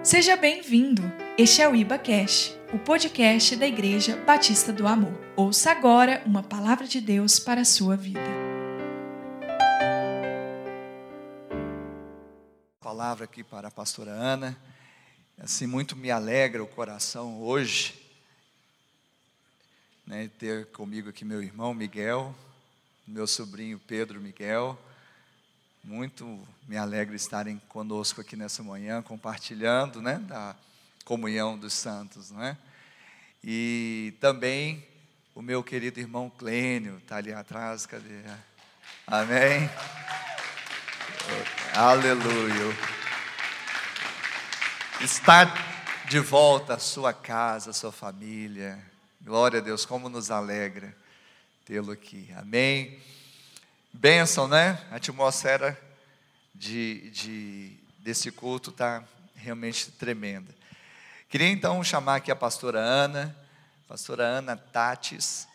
Seja bem-vindo! Este é o IbaCast, o podcast da Igreja Batista do Amor. Ouça agora uma palavra de Deus para a sua vida. Palavra aqui para a pastora Ana. Assim, muito me alegra o coração hoje, né, ter comigo aqui meu irmão Miguel, meu sobrinho Pedro Miguel. Muito me alegra estarem conosco aqui nessa manhã, compartilhando, né, da comunhão dos santos, não é? E também o meu querido irmão Clênio, está ali atrás, cadê? Amém? Aleluia. Estar de volta à sua casa, à sua família. Glória a Deus, como nos alegra tê-lo aqui. Amém? Bênção, né? A atmosfera desse culto está realmente tremenda. Queria então chamar aqui a pastora Ana Tatis.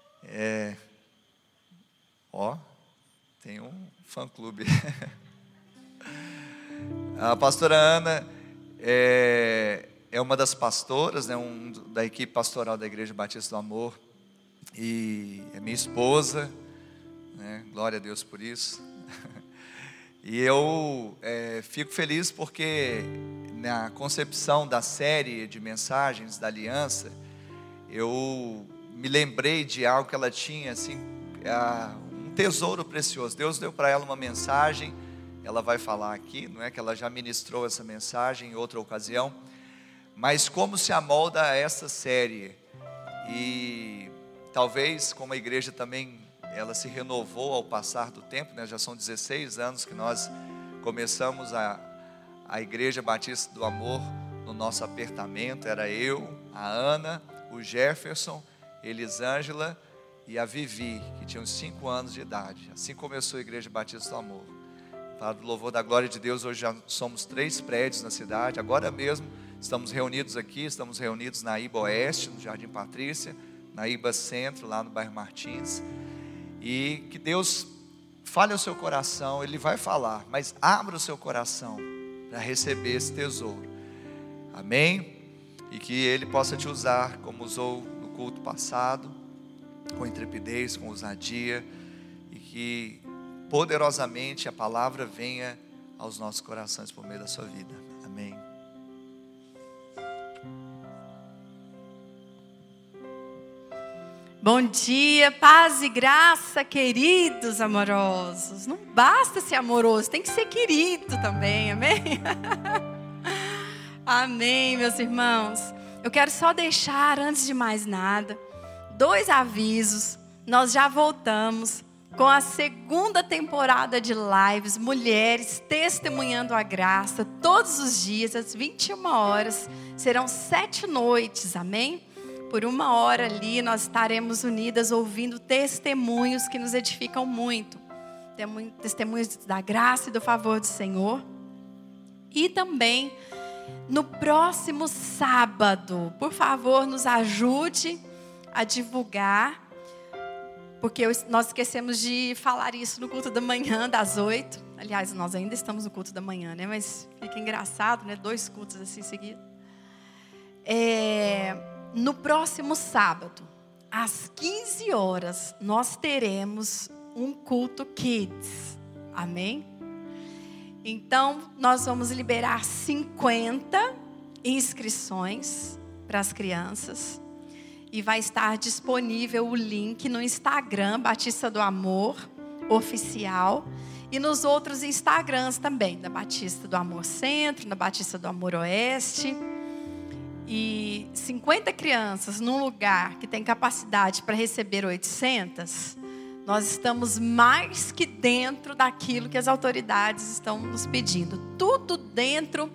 Tem um fã-clube. A pastora Ana é uma das pastoras, né, da equipe pastoral da Igreja Batista do Amor, e é minha esposa, né, glória a Deus por isso. E eu fico feliz porque na concepção da série de mensagens da aliança, eu me lembrei de algo que ela tinha, assim, um tesouro precioso. Deus deu para ela uma mensagem, ela vai falar aqui, não é que ela já ministrou essa mensagem em outra ocasião, mas como se amolda a essa série. E talvez como a igreja também ela se renovou ao passar do tempo, né? Já são 16 anos que nós começamos a Igreja Batista do Amor no nosso apertamento. Era eu, a Ana, o Jefferson, Elisângela e a Vivi, que tinham 5 anos de idade. Assim começou a Igreja Batista do Amor. Para o louvor da glória de Deus, hoje já somos 3 prédios na cidade. Agora mesmo estamos reunidos aqui, estamos reunidos na Iba Oeste, no Jardim Patrícia, na Iba Centro, lá no bairro Martins. E que Deus fale ao seu coração, Ele vai falar, mas abra o seu coração para receber esse tesouro. Amém? E que Ele possa te usar como usou no culto passado, com intrepidez, com ousadia, e que poderosamente a palavra venha aos nossos corações por meio da sua vida. Amém. Bom dia, paz e graça, queridos amorosos. Não basta ser amoroso, tem que ser querido também, amém? Amém, meus irmãos. Eu quero só deixar, antes de mais nada, 2 avisos. Nós já voltamos com a 2ª temporada de lives, mulheres testemunhando a graça, todos os dias, às 21 horas. Serão 7 noites, amém? Por 1 hora ali nós estaremos unidas ouvindo testemunhos que nos edificam muito. Testemunhos da graça e do favor do Senhor. E também no próximo sábado, por favor, nos ajude a divulgar. Porque nós esquecemos de falar isso no culto da manhã, das 8. Aliás, nós ainda estamos no culto da manhã, né? Mas fica engraçado, né? 2 cultos assim seguidos. No próximo sábado, às 15 horas, nós teremos um culto Kids. Amém? Então, nós vamos liberar 50 inscrições para as crianças. E vai estar disponível o link no Instagram, Batista do Amor Oficial. E nos outros Instagrams também, da Batista do Amor Centro, da Batista do Amor Oeste. E 50 crianças num lugar que tem capacidade para receber 800, nós estamos mais que dentro daquilo que as autoridades estão nos pedindo. Tudo dentro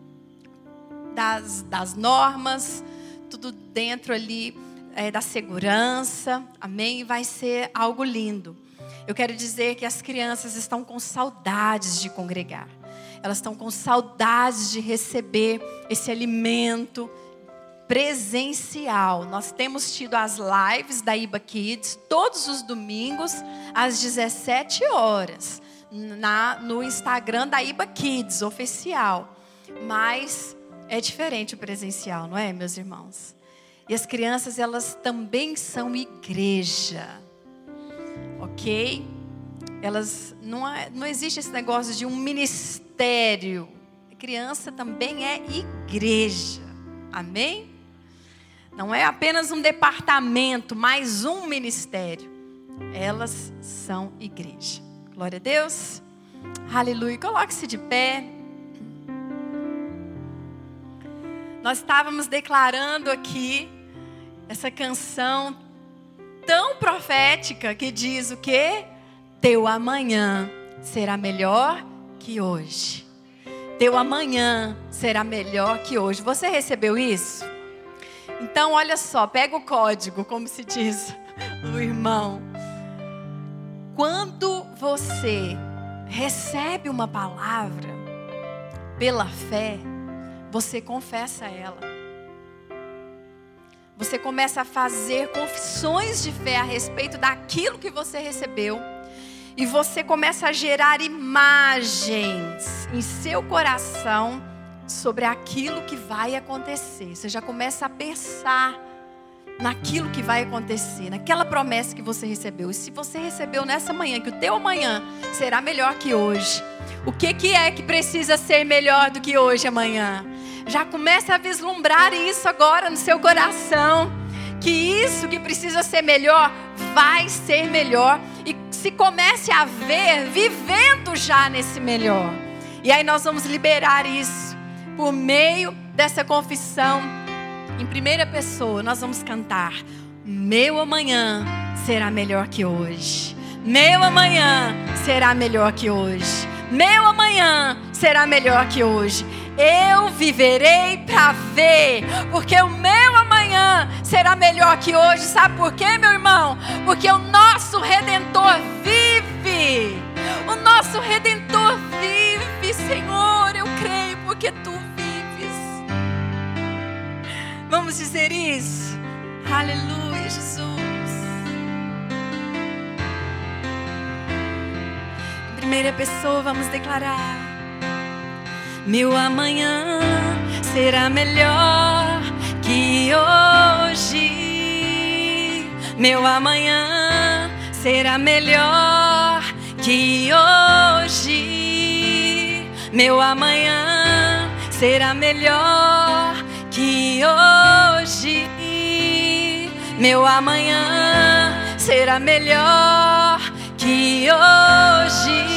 das normas, tudo dentro ali da segurança, amém? Vai ser algo lindo. Eu quero dizer que as crianças estão com saudades de congregar. Elas estão com saudades de receber esse alimento presencial. Nós temos tido as lives da Iba Kids todos os domingos às 17 horas no Instagram da Iba Kids oficial. Mas É diferente o presencial, não é, meus irmãos? E as crianças, elas também são igreja. Ok? Elas, não existe esse negócio de um ministério. A criança também é igreja. Amém? Não é apenas um departamento, mais um ministério. Elas são igreja. Glória a Deus. Aleluia. Coloque-se de pé. Nós estávamos declarando aqui essa canção tão profética que diz o quê? Teu amanhã será melhor que hoje. Teu amanhã será melhor que hoje. Você recebeu isso? Então, olha só, pega o código, como se diz o irmão. Quando você recebe uma palavra pela fé, você confessa ela. Você começa a fazer confissões de fé a respeito daquilo que você recebeu. E você começa a gerar imagens em seu coração sobre aquilo que vai acontecer. Você já começa a pensar naquilo que vai acontecer, naquela promessa que você recebeu. E se você recebeu nessa manhã que o teu amanhã será melhor que hoje, o que é que precisa ser melhor do que hoje amanhã? Já começa a vislumbrar isso agora no seu coração, que isso que precisa ser melhor vai ser melhor, e se comece a ver vivendo já nesse melhor. E aí nós vamos liberar isso por meio dessa confissão em primeira pessoa. Nós vamos cantar: meu amanhã será melhor que hoje. Meu amanhã será melhor que hoje. Meu amanhã será melhor que hoje. Eu viverei para ver, porque o meu amanhã será melhor que hoje. Sabe por quê, meu irmão? Porque o nosso Redentor vive. O nosso Redentor vive, Senhor. Eu creio porque Tu vives. Vamos dizer isso? Aleluia, Jesus. Em primeira pessoa, vamos declarar: meu amanhã será melhor que hoje. Meu amanhã será melhor que hoje. Meu amanhã será melhor que hoje. Meu amanhã será melhor que hoje.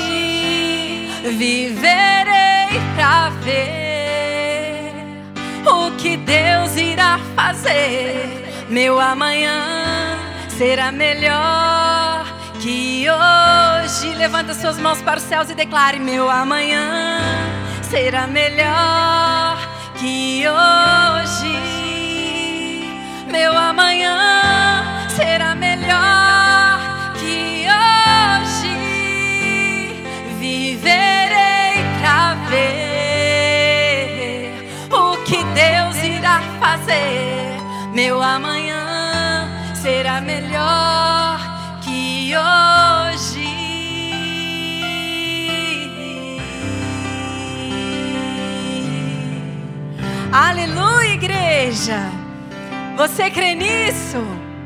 Viverei para ver o que Deus irá fazer. Meu amanhã será melhor que hoje. Levanta suas mãos para os céus e declare: meu amanhã será melhor que hoje. Meu amanhã será melhor que hoje. Viverei para ver o que Deus irá fazer. Meu amanhã será melhor que hoje. Aleluia, igreja. Você crê nisso?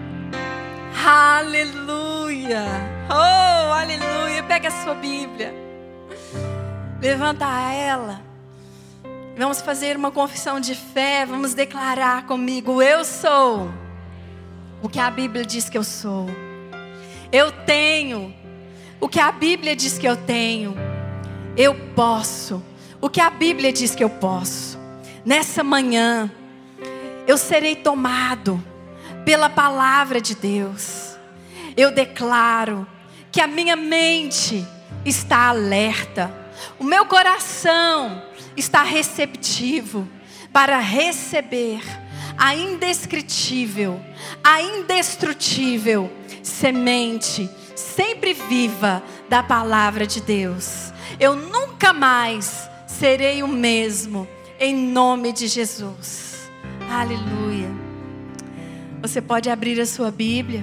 Aleluia. Oh, aleluia. Pega a sua Bíblia. Levanta ela. Vamos fazer uma confissão de fé. Vamos declarar comigo: eu sou o que a Bíblia diz que eu sou. Eu tenho o que a Bíblia diz que eu tenho. Eu posso o que a Bíblia diz que eu posso. Nessa manhã eu serei tomado pela palavra de Deus. Eu declaro que a minha mente está alerta. O meu coração está receptivo para receber a indescritível, a indestrutível semente sempre viva da palavra de Deus. Eu nunca mais serei o mesmo, em nome de Jesus. Aleluia. Você pode abrir a sua Bíblia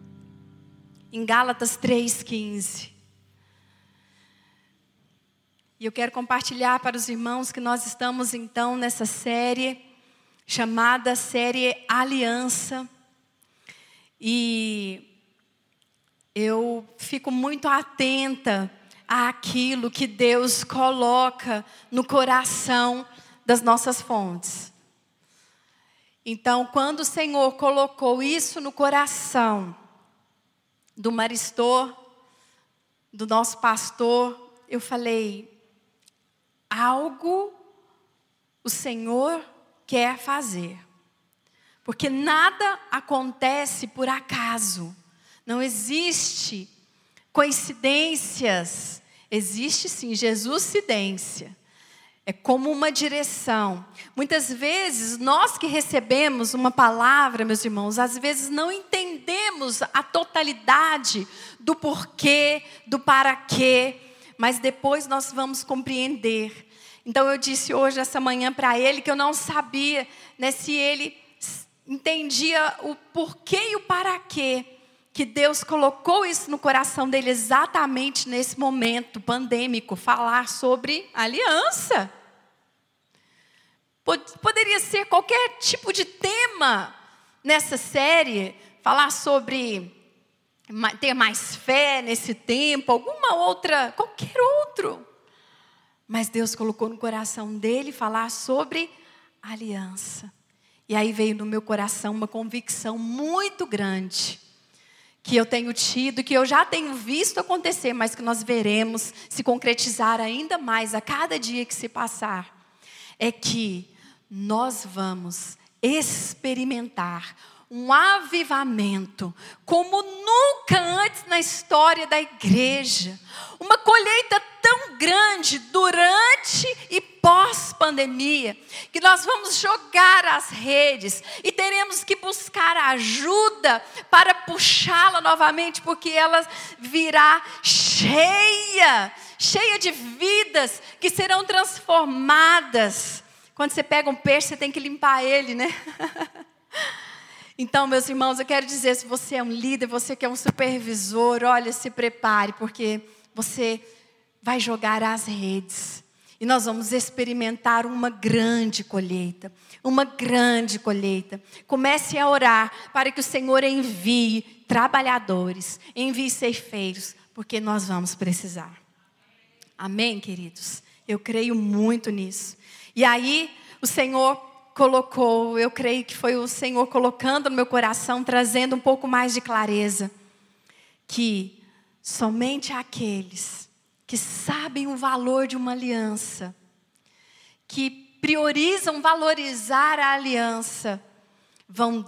em Gálatas 3:15. E eu quero compartilhar para os irmãos que nós estamos então nessa série chamada Série Aliança. E eu fico muito atenta àquilo que Deus coloca no coração das nossas fontes. Então, quando o Senhor colocou isso no coração do Maristor, do nosso pastor, eu falei, algo o Senhor quer fazer. Porque nada acontece por acaso. Não existe coincidências. Existe sim, Jesuscidência. É como uma direção. Muitas vezes, nós que recebemos uma palavra, meus irmãos, às vezes não entendemos a totalidade do porquê, do para quê, mas depois nós vamos compreender. Então eu disse hoje, essa manhã, para ele, que eu não sabia, né, se ele entendia o porquê e o para quê, que Deus colocou isso no coração dele exatamente nesse momento pandêmico, falar sobre aliança. Poderia ser qualquer tipo de tema nessa série, falar sobre ter mais fé nesse tempo, alguma outra, qualquer outro. Mas Deus colocou no coração dele falar sobre aliança. E aí veio no meu coração uma convicção muito grande, que eu tenho tido, que eu já tenho visto acontecer, mas que nós veremos se concretizar ainda mais a cada dia que se passar. É que nós vamos experimentar um avivamento como nunca antes na história da igreja. Uma colheita tão grande durante e pós-pandemia, que nós vamos jogar as redes e teremos que buscar ajuda para puxá-la novamente, porque ela virá cheia de vidas que serão transformadas. Quando você pega um peixe, você tem que limpar ele, né? Então, meus irmãos, eu quero dizer, se você é um líder, você que é um supervisor, olha, se prepare, porque você vai jogar as redes. E nós vamos experimentar uma grande colheita. Uma grande colheita. Comece a orar para que o Senhor envie trabalhadores, envie ceifeiros, porque nós vamos precisar. Amém, queridos? Eu creio muito nisso. E aí, o Senhor colocou, eu creio que foi o Senhor colocando no meu coração, trazendo um pouco mais de clareza, que somente aqueles que sabem o valor de uma aliança, que priorizam valorizar a aliança, vão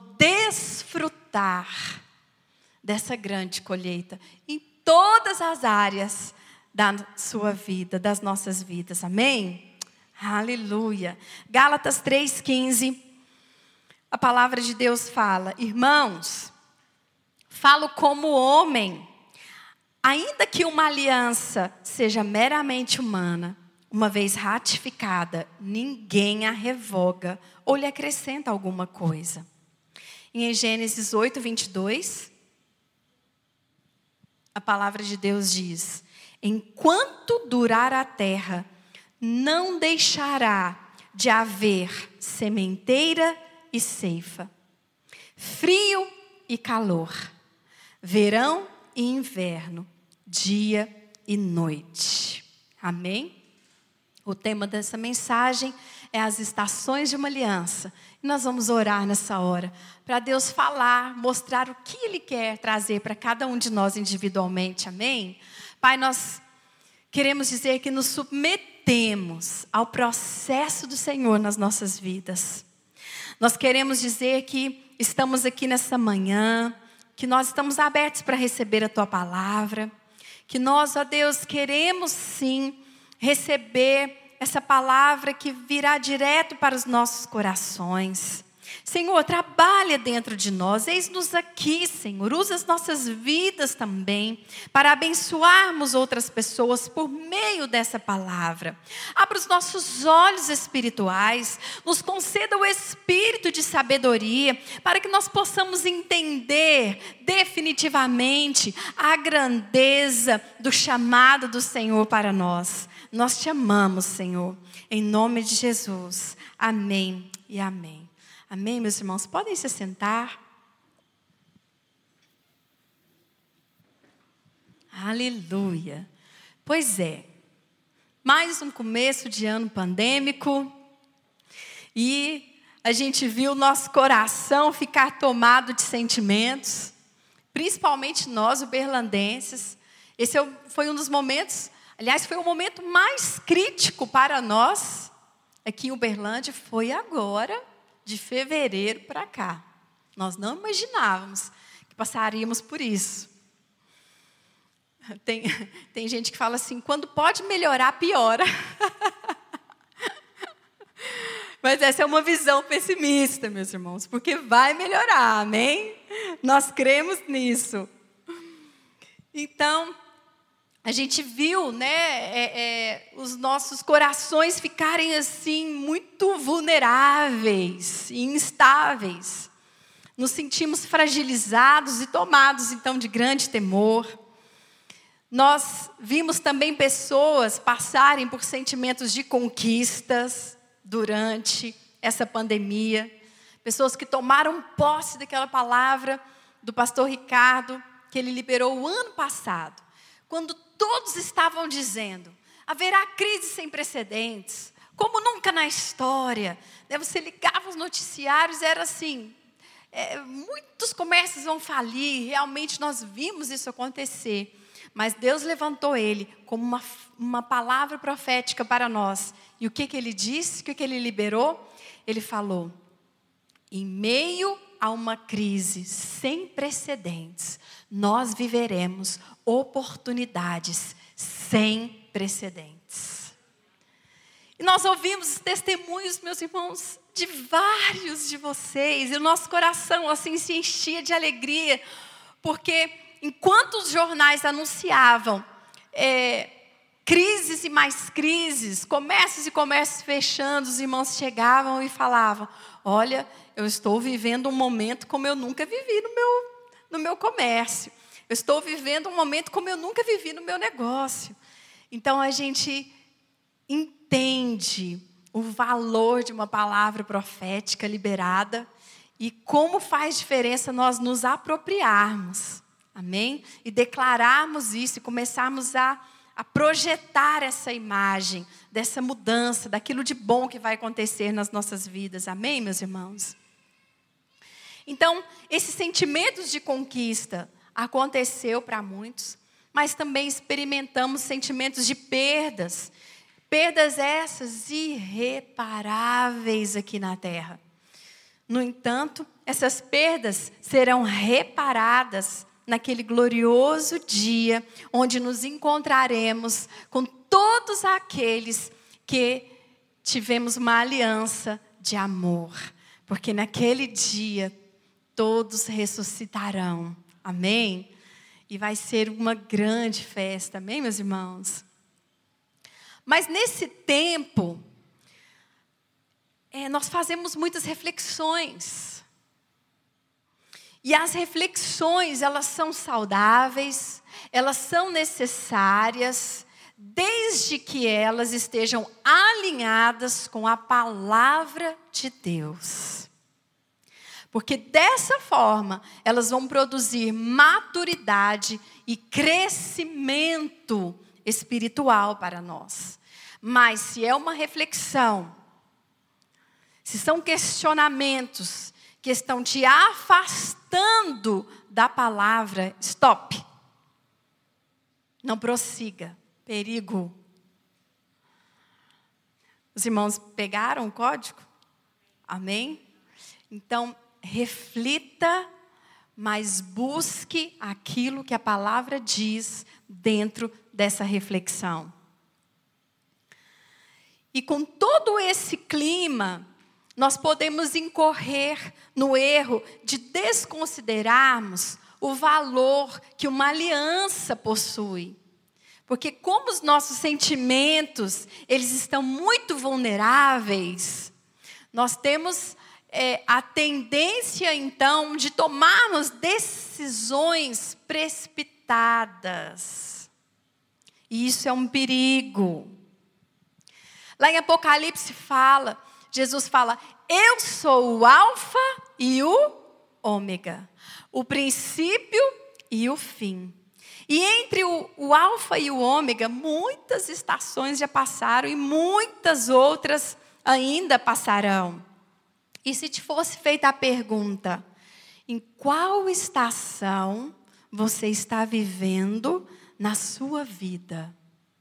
desfrutar dessa grande colheita em todas as áreas da sua vida, das nossas vidas. Amém? Aleluia. Gálatas 3,15, a palavra de Deus fala: irmãos, falo como homem, ainda que uma aliança seja meramente humana, uma vez ratificada, ninguém a revoga ou lhe acrescenta alguma coisa. Em Gênesis 8:22, a palavra de Deus diz: enquanto durar a terra, não deixará de haver sementeira e ceifa, frio e calor, verão e inverno, dia e noite. Amém? O tema dessa mensagem é as estações de uma aliança. E nós vamos orar nessa hora, para Deus falar, mostrar o que Ele quer trazer para cada um de nós individualmente. Amém? Pai, nós queremos dizer que nos submetemos ao processo do Senhor nas nossas vidas. Nós queremos dizer que estamos aqui nessa manhã, que nós estamos abertos para receber a Tua palavra, que nós, ó Deus, queremos sim receber essa palavra que virá direto para os nossos corações. Senhor, trabalha dentro de nós. Eis-nos aqui, Senhor. Usa as nossas vidas também para abençoarmos outras pessoas por meio dessa palavra. Abra os nossos olhos espirituais. Nos conceda o espírito de sabedoria para que nós possamos entender definitivamente a grandeza do chamado do Senhor para nós. Nós te amamos, Senhor. Em nome de Jesus. Amém e amém. Amém, meus irmãos? Podem se sentar. Aleluia. Pois é, mais um começo de ano pandêmico. E a gente viu o nosso coração ficar tomado de sentimentos. Principalmente nós, uberlandenses. Esse foi um dos momentos, aliás, foi o momento mais crítico para nós. Aqui em Uberlândia foi agora, de fevereiro para cá. Nós não imaginávamos que passaríamos por isso. Tem gente que fala assim, quando pode melhorar, piora. Mas essa é uma visão pessimista, meus irmãos, porque vai melhorar, amém? Nós cremos nisso. Então, a gente viu, né, os nossos corações ficarem assim muito vulneráveis e instáveis. Nos sentimos fragilizados e tomados então de grande temor. Nós vimos também pessoas passarem por sentimentos de conquistas durante essa pandemia. Pessoas que tomaram posse daquela palavra do pastor Ricardo, que ele liberou o ano passado. Quando todos estavam dizendo, haverá crise sem precedentes, como nunca na história. Você ligava os noticiários, era assim, muitos comércios vão falir, realmente nós vimos isso acontecer. Mas Deus levantou ele como uma palavra profética para nós. E o que ele disse, o que ele liberou? Ele falou, em meio a uma crise sem precedentes, nós viveremos oportunidades sem precedentes. E nós ouvimos testemunhos, meus irmãos, de vários de vocês, e o nosso coração assim se enchia de alegria, porque enquanto os jornais anunciavam crises e mais crises, comércios e comércios fechando, os irmãos chegavam e falavam, olha, eu estou vivendo um momento como eu nunca vivi no meu comércio. Eu estou vivendo um momento como eu nunca vivi no meu negócio. Então, a gente entende o valor de uma palavra profética liberada e como faz diferença nós nos apropriarmos, amém? E declararmos isso e começarmos a projetar essa imagem dessa mudança, daquilo de bom que vai acontecer nas nossas vidas, amém, meus irmãos? Então, esses sentimentos de conquista aconteceu para muitos, mas também experimentamos sentimentos de perdas. Perdas essas irreparáveis aqui na terra. No entanto, essas perdas serão reparadas naquele glorioso dia, onde nos encontraremos com todos aqueles que tivemos uma aliança de amor. Porque naquele dia, todos ressuscitarão. Amém? E vai ser uma grande festa. Amém, meus irmãos? Mas nesse tempo, nós fazemos muitas reflexões. E as reflexões, elas são saudáveis, elas são necessárias, desde que elas estejam alinhadas com a palavra de Deus. Porque dessa forma, elas vão produzir maturidade e crescimento espiritual para nós. Mas se é uma reflexão, se são questionamentos que estão te afastando da palavra, stop. Não prossiga. Perigo. Os irmãos pegaram o código? Amém? Então, reflita, mas busque aquilo que a palavra diz dentro dessa reflexão. E com todo esse clima, nós podemos incorrer no erro de desconsiderarmos o valor que uma aliança possui. Porque como os nossos sentimentos, eles estão muito vulneráveis, nós temos a tendência, então, de tomarmos decisões precipitadas. E isso é um perigo. Lá em Apocalipse Jesus fala, eu sou o alfa e o ômega, o princípio e o fim. E entre o alfa e o ômega, muitas estações já passaram e muitas outras ainda passarão. E se te fosse feita a pergunta, em qual estação você está vivendo na sua vida?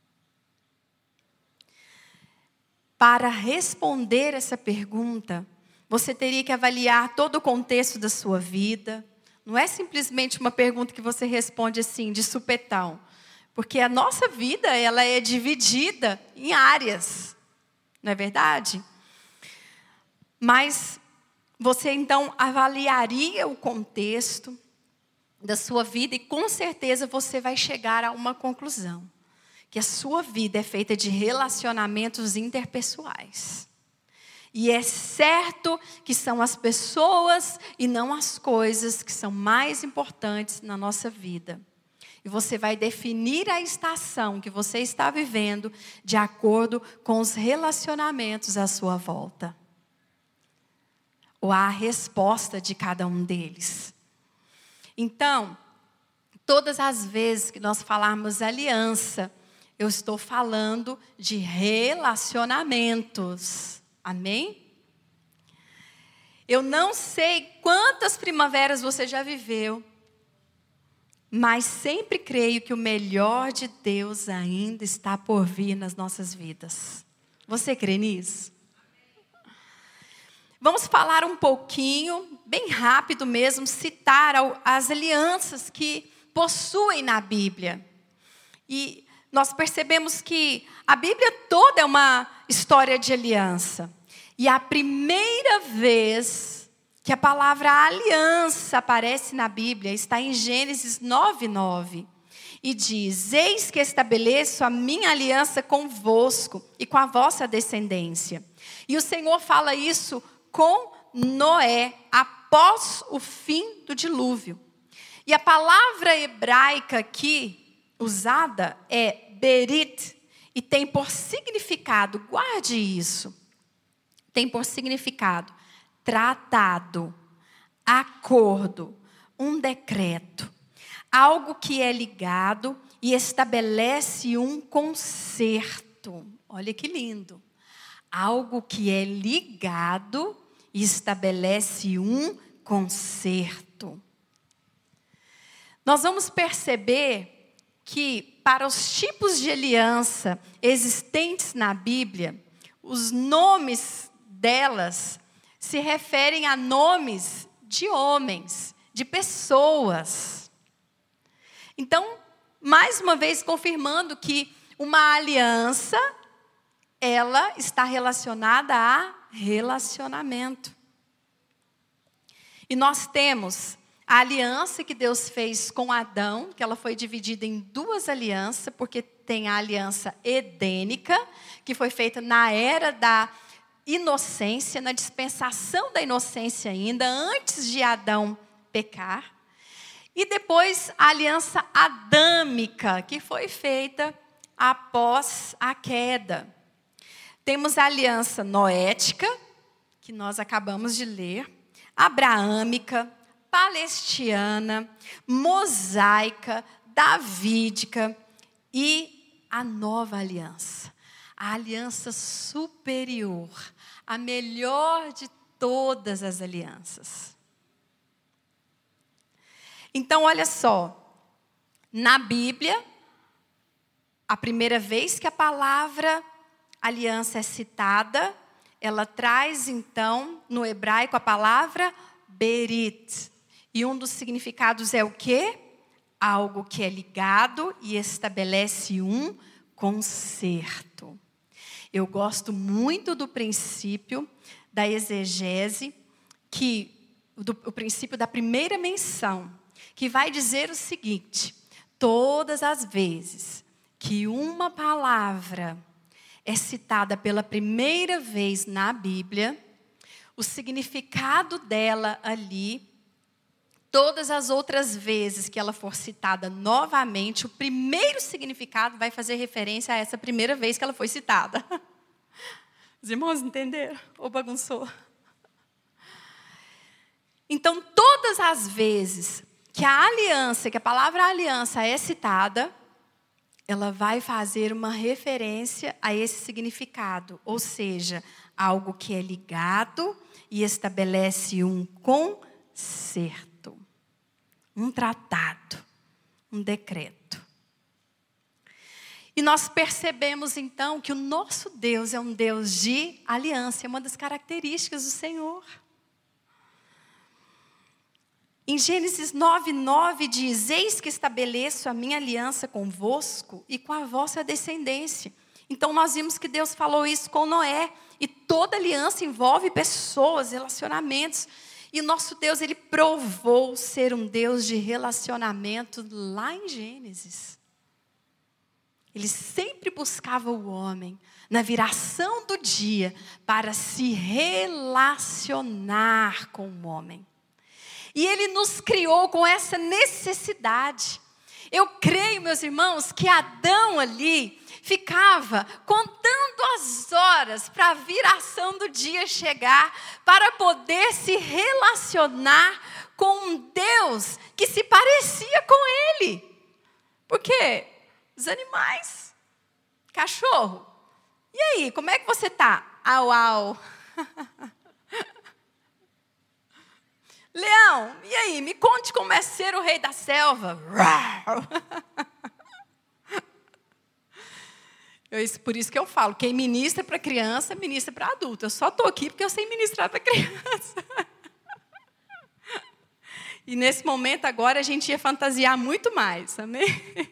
Para responder essa pergunta, você teria que avaliar todo o contexto da sua vida. Não é simplesmente uma pergunta que você responde assim, de supetão. Porque a nossa vida, ela é dividida em áreas. Não é verdade? Mas você então avaliaria o contexto da sua vida e com certeza você vai chegar a uma conclusão. Que a sua vida é feita de relacionamentos interpessoais. E é certo que são as pessoas e não as coisas que são mais importantes na nossa vida. E você vai definir a estação que você está vivendo de acordo com os relacionamentos à sua volta. Ou a resposta de cada um deles. Então, todas as vezes que nós falarmos aliança, eu estou falando de relacionamentos. Amém? Eu não sei quantas primaveras você já viveu, mas sempre creio que o melhor de Deus ainda está por vir nas nossas vidas. Você crê nisso? Vamos falar um pouquinho, bem rápido mesmo, citar as alianças que possuem na Bíblia. E nós percebemos que a Bíblia toda é uma história de aliança. E a primeira vez que a palavra aliança aparece na Bíblia está em Gênesis 9:9. E diz, eis que estabeleço a minha aliança convosco e com a vossa descendência. E o Senhor fala isso com Noé, após o fim do dilúvio. E a palavra hebraica aqui usada é berit, e tem por significado, guarde isso, tem por significado tratado, acordo, um decreto, algo que é ligado e estabelece um concerto. Olha que lindo. Algo que é ligado e estabelece um concerto. Nós vamos perceber que para os tipos de aliança existentes na Bíblia, os nomes delas se referem a nomes de homens, de pessoas. Então, mais uma vez confirmando que uma aliança, ela está relacionada a relacionamento. E nós temos a aliança que Deus fez com Adão, que ela foi dividida em duas alianças, porque tem a aliança edênica, que foi feita na era da inocência, na dispensação da inocência ainda, antes de Adão pecar. E depois a aliança adâmica, que foi feita após a queda. Temos a aliança noética, que nós acabamos de ler, abraâmica, palestiana, mosaica, davídica e a nova aliança. A aliança superior, a melhor de todas as alianças. Então, olha só, na Bíblia, a primeira vez que a palavra aliança é citada, ela traz então no hebraico a palavra berit. E um dos significados é o quê? Algo que é ligado e estabelece um concerto. Eu gosto muito do princípio da exegese, o princípio da primeira menção, que vai dizer o seguinte: todas as vezes que uma palavra é citada pela primeira vez na Bíblia, o significado dela ali, todas as outras vezes que ela for citada novamente, o primeiro significado vai fazer referência a essa primeira vez que ela foi citada. Os irmãos entenderam? Ou bagunçou? Então, todas as vezes que a palavra aliança é citada, ela vai fazer uma referência a esse significado, ou seja, algo que é ligado e estabelece um concerto, um tratado, um decreto. E nós percebemos então que o nosso Deus é um Deus de aliança, é uma das características do Senhor. Em Gênesis 9:9 diz: eis que estabeleço a minha aliança convosco e com a vossa descendência. Então nós vimos que Deus falou isso com Noé. E toda aliança envolve pessoas, relacionamentos. E o nosso Deus, Ele provou ser um Deus de relacionamento lá em Gênesis. Ele sempre buscava o homem na viração do dia para se relacionar com o homem. E Ele nos criou com essa necessidade. Eu creio, meus irmãos, que Adão ali ficava contando as horas para a viração do dia chegar, para poder se relacionar com um Deus que se parecia com Ele. Por quê? Os animais, cachorro. E aí, como é que você está? Au, au. Leão, e aí, me conte como é ser o rei da selva. Por isso que eu falo, quem ministra para criança, ministra para adulto. Eu só estou aqui porque eu sei ministrar para criança. E nesse momento agora a gente ia fantasiar muito mais, amém?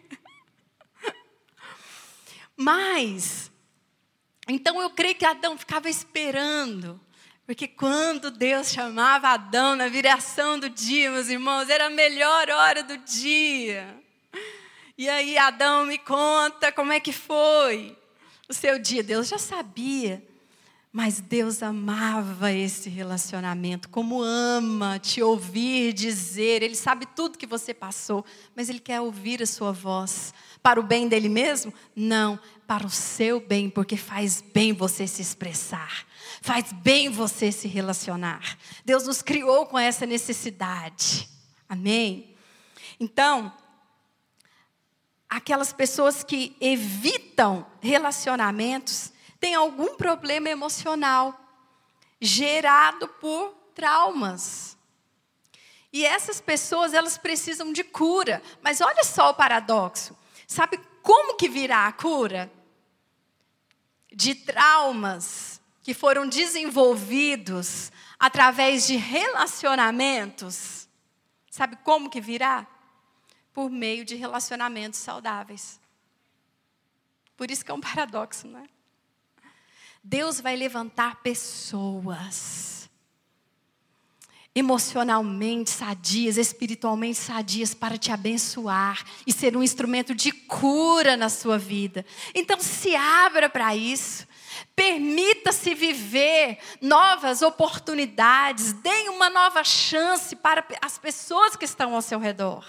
Mas, então eu creio que Adão ficava esperando. Porque quando Deus chamava Adão na viração do dia, meus irmãos, era a melhor hora do dia. E aí Adão, me conta como é que foi o seu dia. Deus já sabia, mas Deus amava esse relacionamento, como ama te ouvir dizer. Ele sabe tudo que você passou, mas Ele quer ouvir a sua voz. Para o bem dele mesmo? Não, para o seu bem, porque faz bem você se expressar. Faz bem você se relacionar. Deus nos criou com essa necessidade. Amém? Então, aquelas pessoas que evitam relacionamentos têm algum problema emocional gerado por traumas. E essas pessoas, elas precisam de cura. Mas olha só o paradoxo. Sabe como que virá a cura? De traumas que foram desenvolvidos através de relacionamentos. Sabe como que virá? Por meio de relacionamentos saudáveis. Por isso que é um paradoxo, não é? Deus vai levantar pessoas emocionalmente sadias, espiritualmente sadias, para te abençoar e ser um instrumento de cura na sua vida. Então se abra para isso. Permita-se viver novas oportunidades. Dê uma nova chance para as pessoas que estão ao seu redor.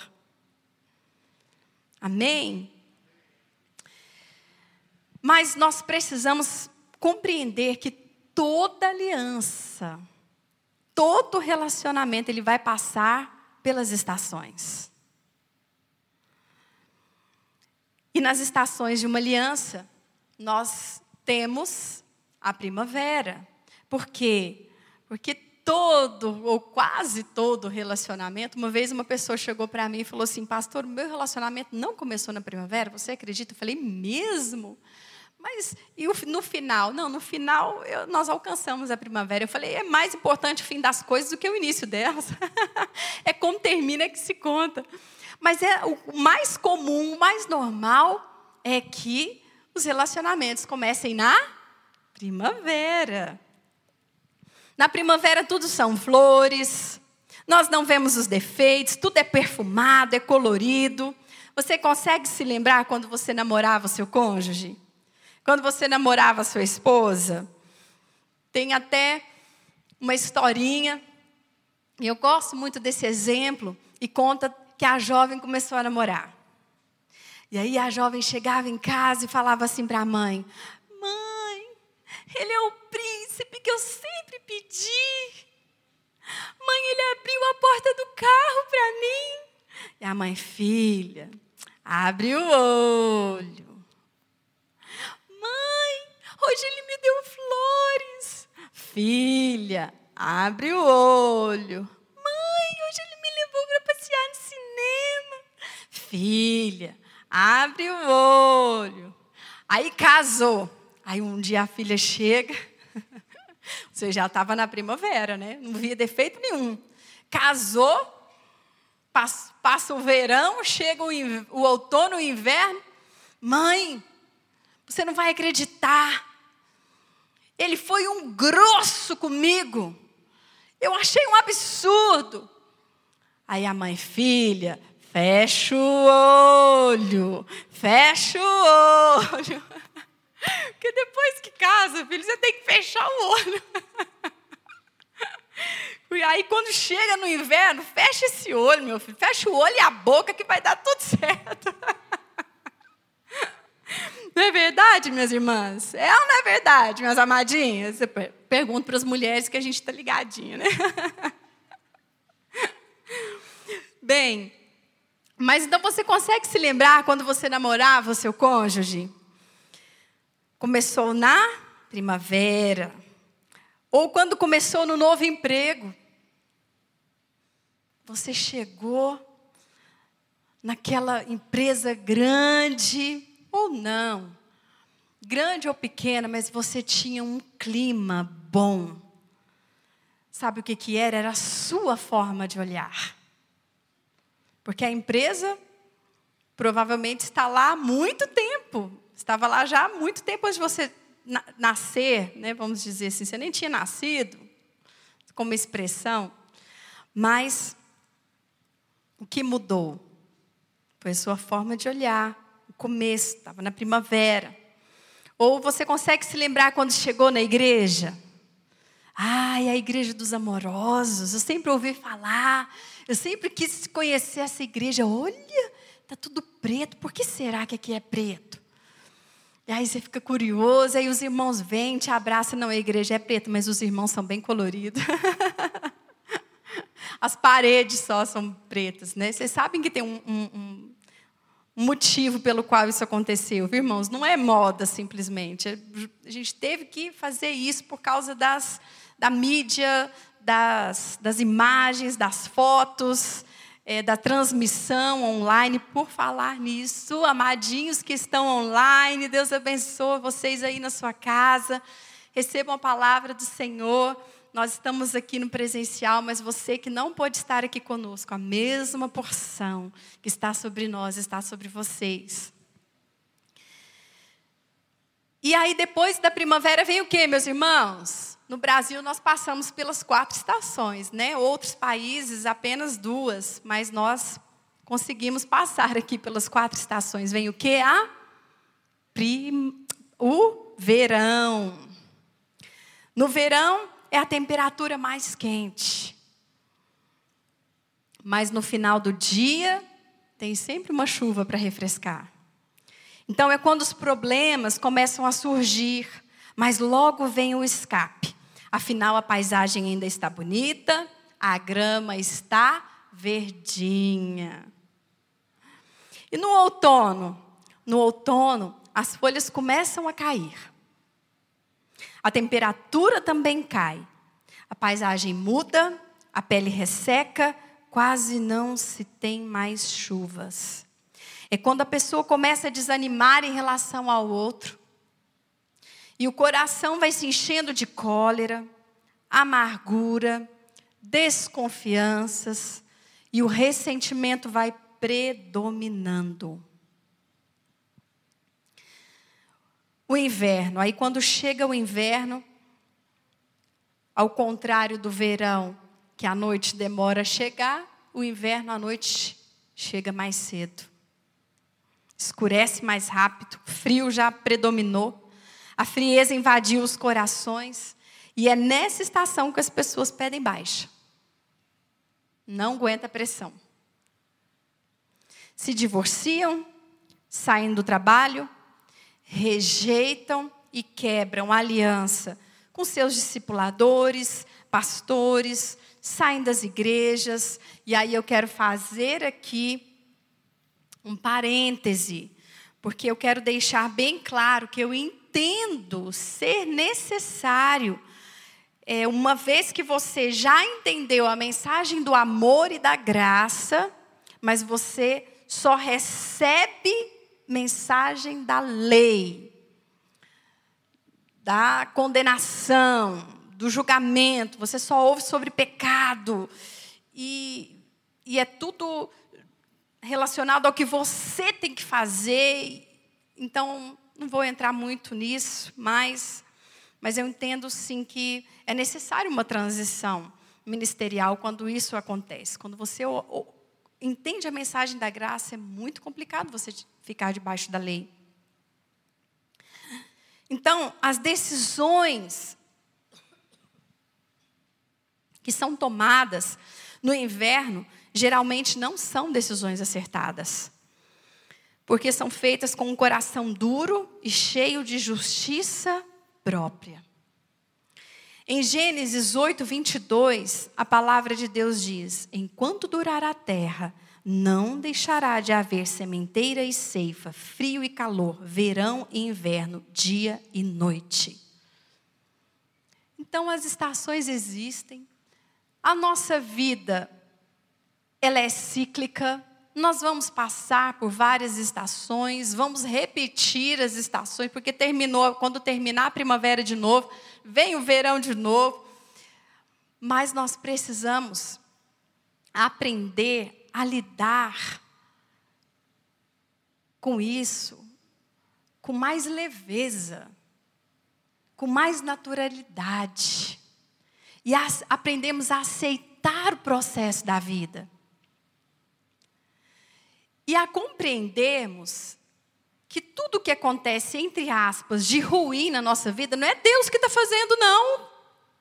Amém? Mas nós precisamos compreender que toda aliança, todo relacionamento, ele vai passar pelas estações. E nas estações de uma aliança, nós temos a primavera. Por quê? Porque todo, ou quase todo relacionamento, uma vez uma pessoa chegou para mim e falou assim: pastor, o meu relacionamento não começou na primavera, você acredita? Eu falei, mesmo? Mas e no final? Não, no final nós alcançamos a primavera. Eu falei, é mais importante o fim das coisas do que o início delas. É como termina que se conta. Mas o mais comum, o mais normal é que os relacionamentos comecem na primavera. Na primavera tudo são flores, nós não vemos os defeitos, tudo é perfumado, é colorido. Você consegue se lembrar quando você namorava o seu cônjuge? Quando você namorava a sua esposa? Tem até uma historinha, e eu gosto muito desse exemplo, e conta que a jovem começou a namorar. E aí a jovem chegava em casa e falava assim para a mãe: mãe, ele é o príncipe que eu sempre pedi. Mãe, ele abriu a porta do carro para mim. E a mãe: filha, abre o olho. Mãe, hoje ele me deu flores. Filha, abre o olho. Mãe, hoje ele me levou para passear no cinema. Filha, abre o olho. Aí casou. Aí um dia a filha chega. Você já estava na primavera, né? Não via defeito nenhum. Casou, passa o verão, chega o outono, o inverno. Mãe, você não vai acreditar. Ele foi um grosso comigo. Eu achei um absurdo. Aí a mãe: filha, fecha o olho. Fecha o olho. Porque depois que casa, filho, você tem que fechar o olho. E aí quando chega no inverno, fecha esse olho, meu filho. Fecha o olho e a boca que vai dar tudo certo. Não é verdade, minhas irmãs? É ou não é verdade, minhas amadinhas? Eu pergunto para as mulheres que a gente está ligadinha, né? Bem, mas então você consegue se lembrar quando você namorava o seu cônjuge? Começou na primavera. Ou quando começou no novo emprego. Você chegou naquela empresa grande, ou não. Grande ou pequena, mas você tinha um clima bom. Sabe o que era? Era a sua forma de olhar. Porque a empresa provavelmente está lá há muito tempo. Estava lá já há muito tempo antes de você nascer, né? Vamos dizer assim. Você nem tinha nascido, como expressão. Mas o que mudou? Foi a sua forma de olhar. O começo, estava na primavera. Ou você consegue se lembrar quando chegou na igreja? Ai, a igreja dos amorosos. Eu sempre ouvi falar. Eu sempre quis conhecer essa igreja. Olha, está tudo preto. Por que será que aqui é preto? E aí você fica curioso. Aí os irmãos vêm, te abraçam. Não, a igreja é preta, mas os irmãos são bem coloridos. As paredes só são pretas, né? Vocês sabem que tem um motivo pelo qual isso aconteceu, viu, irmãos? Não é moda, simplesmente. A gente teve que fazer isso por causa da mídia, das imagens, das fotos, da transmissão online. Por falar nisso, amadinhos que estão online, Deus abençoe vocês aí na sua casa. Recebam a palavra do Senhor. Nós estamos aqui no presencial, mas você que não pode estar aqui conosco, a mesma porção que está sobre nós, está sobre vocês. E aí, depois da primavera, vem o quê, meus irmãos? No Brasil, nós passamos pelas 4 estações, né? Outros países, apenas 2, mas nós conseguimos passar aqui pelas 4 estações. Vem o quê? O verão. No verão, é a temperatura mais quente. Mas no final do dia, tem sempre uma chuva para refrescar. Então é quando os problemas começam a surgir, mas logo vem o escape. Afinal, a paisagem ainda está bonita, a grama está verdinha. E no outono? No outono, as folhas começam a cair. A temperatura também cai. A paisagem muda, a pele resseca, quase não se tem mais chuvas. É quando a pessoa começa a desanimar em relação ao outro. E o coração vai se enchendo de cólera, amargura, desconfianças. E o ressentimento vai predominando. O inverno. Aí quando chega o inverno, Ao contrário do verão, que a noite demora a chegar, o inverno à noite chega mais cedo. Escurece mais rápido, o frio já predominou, a frieza invadiu os corações, e é nessa estação que as pessoas pedem baixa. Não aguenta a pressão. Se divorciam, saem do trabalho, rejeitam e quebram a aliança com seus discipuladores, pastores, saem das igrejas. E aí eu quero fazer aqui um parêntese, porque eu quero deixar bem claro que eu entendo ser necessário, uma vez que você já entendeu a mensagem do amor e da graça, mas você só recebe mensagem da lei, da condenação, do julgamento, você só ouve sobre pecado, e é tudo relacionado ao que você tem que fazer. Então, não vou entrar muito nisso, mas eu entendo sim que é necessário uma transição ministerial quando isso acontece. Quando você entende a mensagem da graça, é muito complicado você ficar debaixo da lei. Então, as decisões que são tomadas no inverno, geralmente não são decisões acertadas. Porque são feitas com um coração duro e cheio de justiça própria. Em Gênesis 8:22, a palavra de Deus diz: enquanto durar a terra, não deixará de haver sementeira e ceifa, frio e calor, verão e inverno, dia e noite. Então as estações existem. A nossa vida, ela é cíclica. Nós vamos passar por várias estações, vamos repetir as estações, porque quando terminar a primavera de novo, vem o verão de novo. Mas nós precisamos aprender a lidar com isso, com mais leveza, com mais naturalidade. E aprendemos a aceitar o processo da vida. E a compreendermos que tudo que acontece, entre aspas, de ruim na nossa vida, não é Deus que está fazendo, não.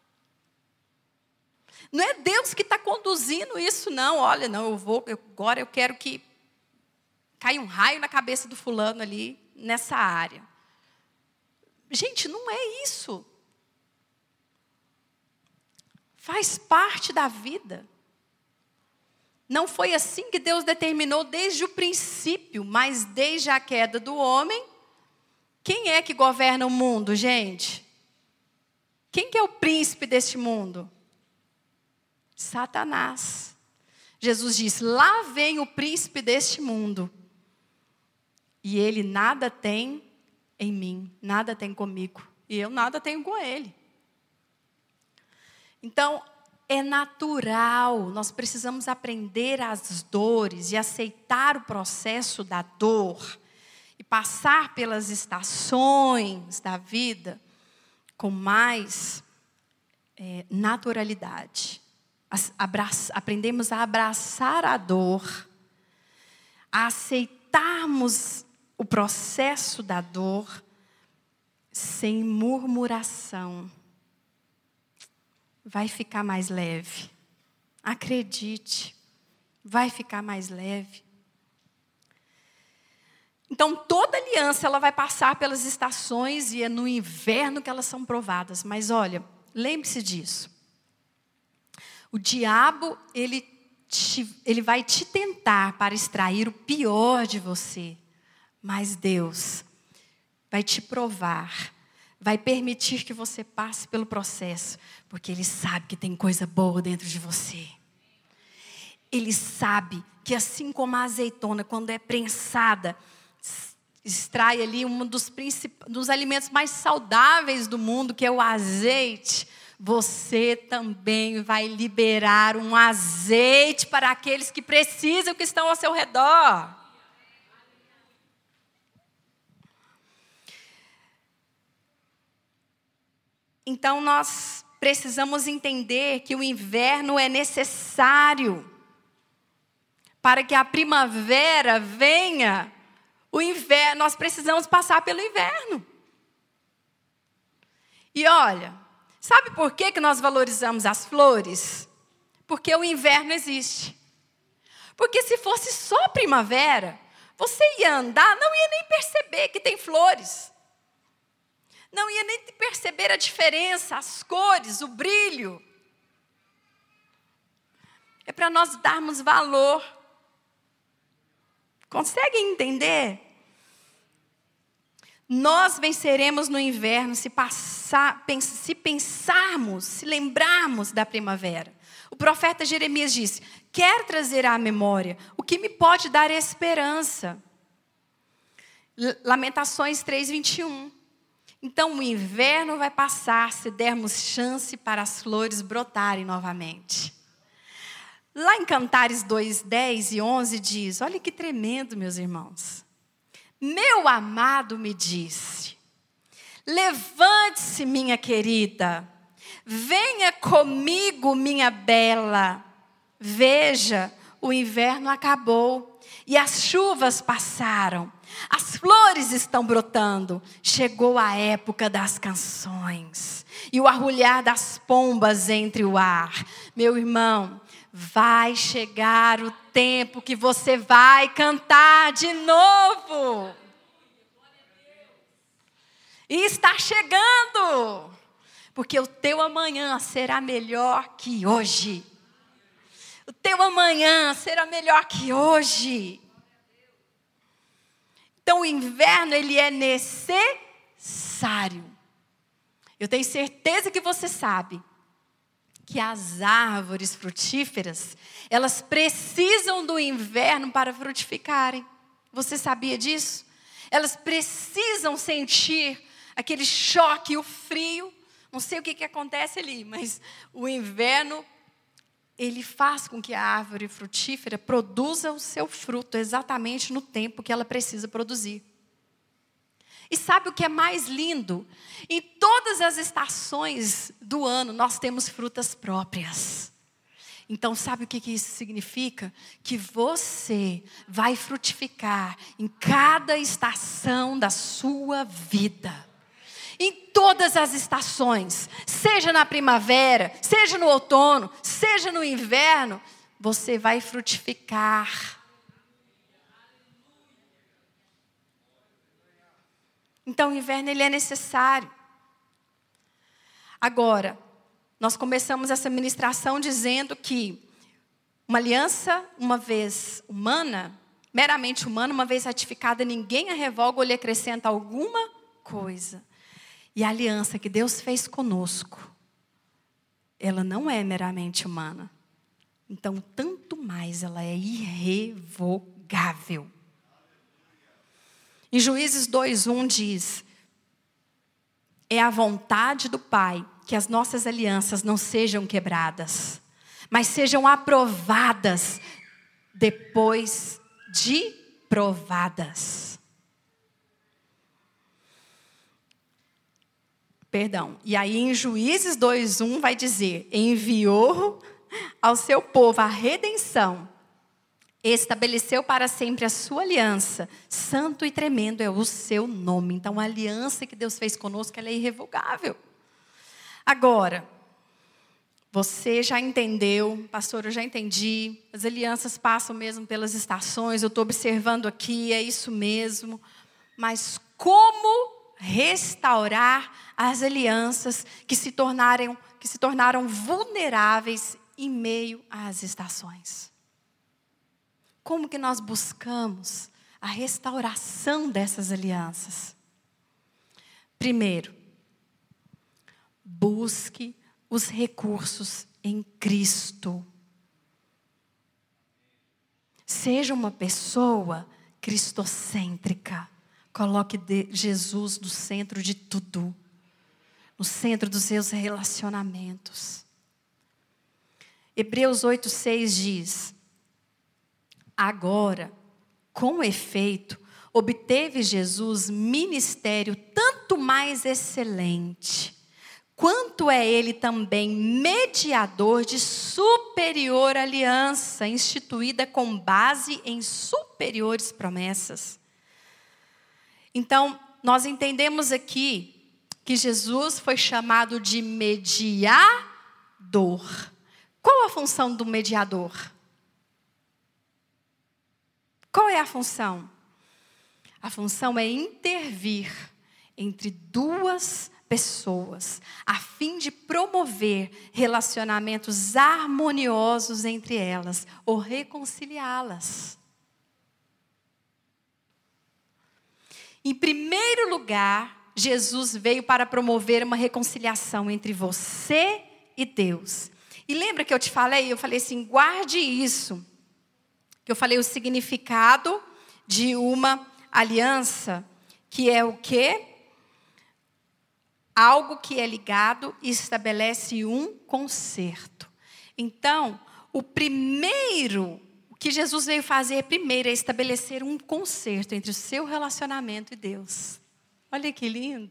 Não é Deus que está conduzindo isso, não. Olha, não, agora eu quero que caia um raio na cabeça do fulano ali, nessa área. Gente, não é isso. Faz parte da vida. Não foi assim que Deus determinou desde o princípio, mas desde a queda do homem. Quem é que governa o mundo, gente? Quem que é o príncipe deste mundo? Satanás. Jesus disse: lá vem o príncipe deste mundo. E ele nada tem em mim, nada tem comigo. E eu nada tenho com ele. Então, é natural, nós precisamos aprender as dores e aceitar o processo da dor e passar pelas estações da vida com mais naturalidade. Aprendemos a abraçar a dor, a aceitarmos o processo da dor sem murmuração. Vai ficar mais leve. Acredite, vai ficar mais leve. Então, toda aliança ela vai passar pelas estações e é no inverno que elas são provadas. Mas olha, lembre-se disso. O diabo, ele vai te tentar para extrair o pior de você. Mas Deus vai te provar, vai permitir que você passe pelo processo, porque Ele sabe que tem coisa boa dentro de você. Ele sabe que assim como a azeitona, quando é prensada, extrai ali um dos alimentos mais saudáveis do mundo, que é o azeite, você também vai liberar um azeite para aqueles que precisam, que estão ao seu redor. Então, nós precisamos entender que o inverno é necessário. Para que a primavera venha, o inverno, nós precisamos passar pelo inverno. E olha, sabe por que nós valorizamos as flores? Porque o inverno existe. Porque se fosse só primavera, você ia andar, não ia nem perceber que tem flores. Não ia nem perceber a diferença, as cores, o brilho. É para nós darmos valor. Conseguem entender? Nós venceremos no inverno se pensarmos, se lembrarmos da primavera. O profeta Jeremias disse: quero trazer à memória o que me pode dar esperança. Lamentações 3:21. Então o inverno vai passar se dermos chance para as flores brotarem novamente. Lá em Cantares 2:10 e 11 diz, olha que tremendo, meus irmãos. Meu amado me disse, levante-se, minha querida, venha comigo, minha bela. Veja, o inverno acabou e as chuvas passaram. As flores estão brotando. Chegou a época das canções e o arrulhar das pombas entre o ar. Meu irmão, vai chegar o tempo que você vai cantar de novo. E está chegando. Porque o teu amanhã será melhor que hoje. O teu amanhã será melhor que hoje. Então o inverno, ele é necessário. Eu tenho certeza que você sabe que as árvores frutíferas, elas precisam do inverno para frutificarem. Você sabia disso? Elas precisam sentir aquele choque, o frio. Não sei o que acontece ali, mas o inverno, ele faz com que a árvore frutífera produza o seu fruto exatamente no tempo que ela precisa produzir. E sabe o que é mais lindo? Em todas as estações do ano, nós temos frutas próprias. Então, sabe o que isso significa? Que você vai frutificar em cada estação da sua vida. Em todas as estações, seja na primavera, seja no outono, seja no inverno, você vai frutificar. Então o inverno, ele é necessário. Agora, nós começamos essa ministração dizendo que uma aliança, uma vez humana, meramente humana, uma vez ratificada, ninguém a revoga ou lhe acrescenta alguma coisa. E a aliança que Deus fez conosco, ela não é meramente humana. Então, tanto mais ela é irrevogável. Em Juízes 2:1 diz, é a vontade do Pai que as nossas alianças não sejam quebradas, mas sejam aprovadas depois de provadas. E aí em Juízes 2:1 vai dizer, enviou ao seu povo a redenção, estabeleceu para sempre a sua aliança, santo e tremendo é o seu nome. Então a aliança que Deus fez conosco, ela é irrevogável. Agora, você já entendeu, pastor, eu já entendi, as alianças passam mesmo pelas estações, eu estou observando aqui, é isso mesmo, mas como restaurar as alianças que se tornaram vulneráveis em meio às estações? Como que nós buscamos a restauração dessas alianças? Primeiro, busque os recursos em Cristo. Seja uma pessoa cristocêntrica. Coloque Jesus no centro de tudo. No centro dos seus relacionamentos. Hebreus 8:6 diz, agora, com efeito, obteve Jesus ministério tanto mais excelente, quanto é ele também mediador de superior aliança, instituída com base em superiores promessas. Então, nós entendemos aqui que Jesus foi chamado de mediador. Qual a função do mediador? Qual é a função? A função é intervir entre duas pessoas, a fim de promover relacionamentos harmoniosos entre elas, ou reconciliá-las. Em primeiro lugar, Jesus veio para promover uma reconciliação entre você e Deus. E lembra que eu te falei? Eu falei assim, guarde isso. Que eu falei o significado de uma aliança, que é o quê? Algo que é ligado e estabelece um concerto. Então, o que Jesus veio fazer primeiro é estabelecer um concerto entre o seu relacionamento e Deus. Olha que lindo.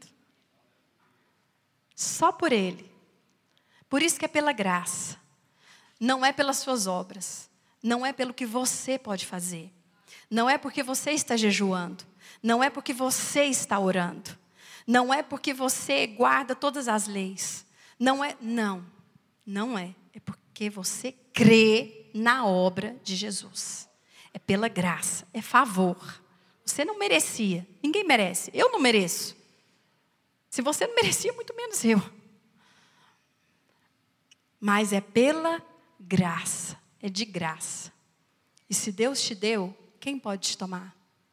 Só por Ele. Por isso que é pela graça. Não é pelas suas obras. Não é pelo que você pode fazer. Não é porque você está jejuando. Não é porque você está orando. Não é porque você guarda todas as leis. Não é. É porque você crê na obra de Jesus. É pela graça, é favor. Você não merecia, ninguém merece. Eu não mereço. Se você não merecia, muito menos eu. Mas é pela graça, é de graça. E se Deus te deu, quem pode te tomar?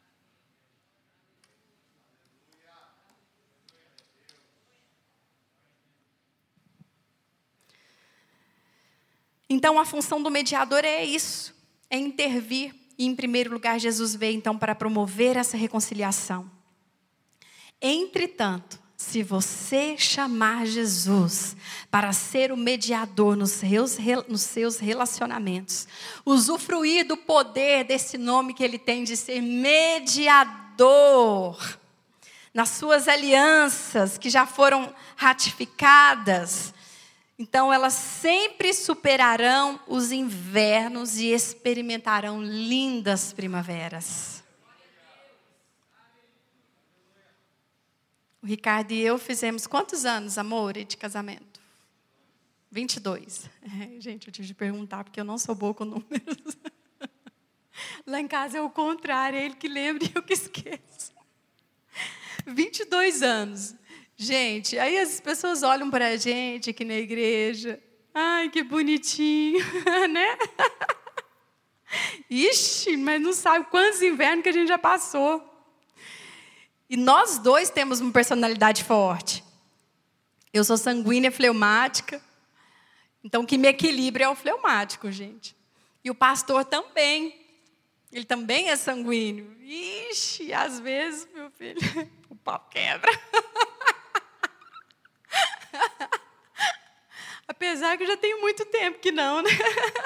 Então, a função do mediador é isso, é intervir. E, em primeiro lugar, Jesus veio, então, para promover essa reconciliação. Entretanto, se você chamar Jesus para ser o mediador nos seus relacionamentos, usufruir do poder desse nome que ele tem de ser mediador, nas suas alianças que já foram ratificadas, então, elas sempre superarão os invernos e experimentarão lindas primaveras. O Ricardo e eu fizemos quantos anos, amor, de casamento? 22. Gente, eu tive de perguntar, porque eu não sou boa com números. Lá em casa é o contrário, é ele que lembra e eu que esqueço. 22 anos. Gente, aí as pessoas olham para a gente aqui na igreja. Ai, que bonitinho, né? Ixi, mas não sabe quantos invernos que a gente já passou. E nós dois temos uma personalidade forte. Eu sou sanguínea, fleumática. Então, o que me equilibra é o fleumático, gente. E o pastor também. Ele também é sanguíneo. Ixi, às vezes, meu filho, o pau quebra. Apesar que eu já tenho muito tempo que não, né?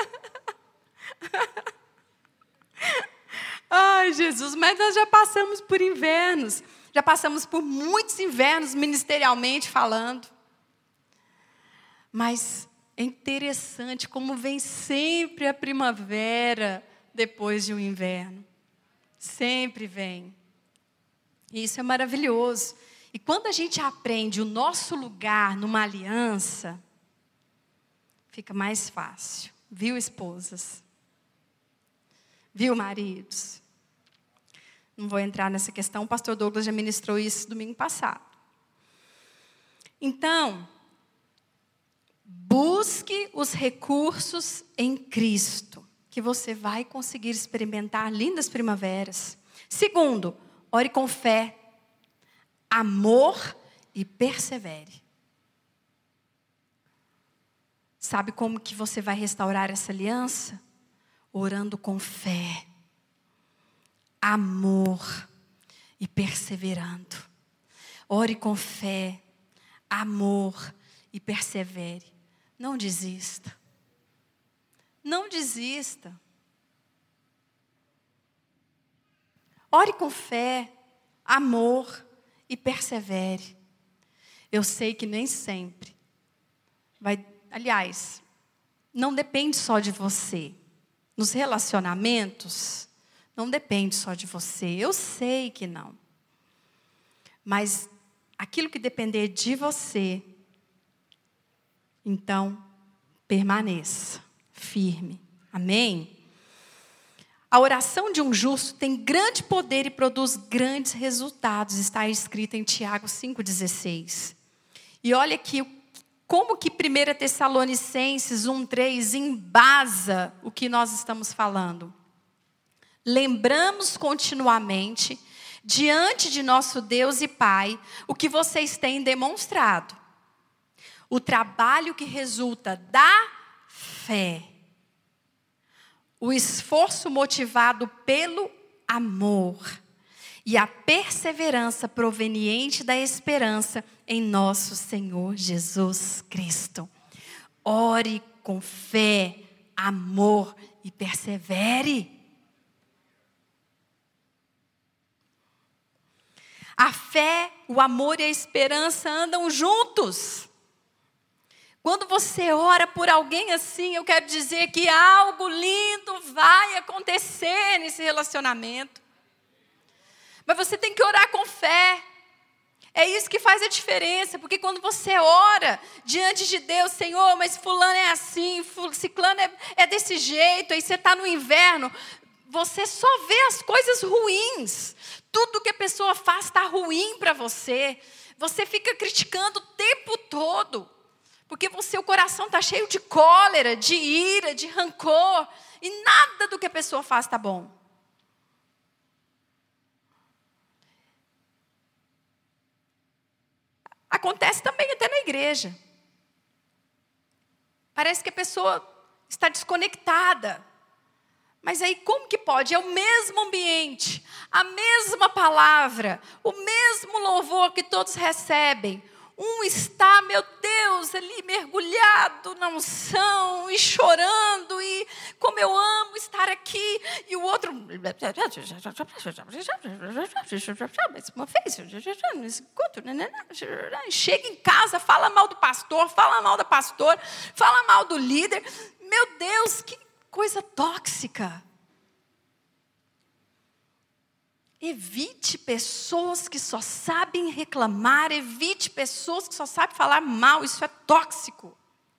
Ai, Jesus, mas nós já passamos por invernos. Já passamos por muitos invernos, ministerialmente falando. Mas é interessante como vem sempre a primavera depois de um inverno. Sempre vem. E isso é maravilhoso. E quando a gente aprende o nosso lugar numa aliança, fica mais fácil. Viu, esposas? Viu, maridos? Não vou entrar nessa questão, o pastor Douglas já ministrou isso domingo passado. Então, busque os recursos em Cristo, que você vai conseguir experimentar lindas primaveras. Segundo, ore com fé, amor e persevere. Sabe como que você vai restaurar essa aliança? Orando com fé, amor e perseverando. Ore com fé, amor e persevere. Não desista. Não desista. Ore com fé, amor e persevere. Eu sei que nem sempre Aliás, não depende só de você. Nos relacionamentos, não depende só de você. Eu sei que não. Mas aquilo que depender de você, então, permaneça firme. Amém? A oração de um justo tem grande poder e produz grandes resultados. Está escrito em Tiago 5,16. E olha aqui como que 1 Tessalonicenses 1,3 embasa o que nós estamos falando. Lembramos continuamente, diante de nosso Deus e Pai, o que vocês têm demonstrado. O trabalho que resulta da fé. O esforço motivado pelo amor. E a perseverança proveniente da esperança em nosso Senhor Jesus Cristo. Ore com fé, amor e persevere. A fé, o amor e a esperança andam juntos. Quando você ora por alguém assim, eu quero dizer que algo lindo vai acontecer nesse relacionamento. Mas você tem que orar com fé. É isso que faz a diferença, porque quando você ora diante de Deus, Senhor, mas fulano é assim, ciclano é desse jeito, aí você está no inverno, você só vê as coisas ruins. Tudo que a pessoa faz está ruim para você. Você fica criticando o tempo todo, porque o coração está cheio de cólera, de ira, de rancor, e nada do que a pessoa faz está bom. Acontece também até na igreja. Parece que a pessoa está desconectada. Mas aí como que pode? É o mesmo ambiente, a mesma palavra, o mesmo louvor que todos recebem. Um está, meu Deus, ali mergulhado na unção e chorando, e como eu amo estar aqui. E o outro, chega em casa, fala mal do pastor, fala mal da pastora, fala mal do líder. Meu Deus, que coisa tóxica. Evite pessoas que só sabem reclamar, evite pessoas que só sabem falar mal, isso é tóxico.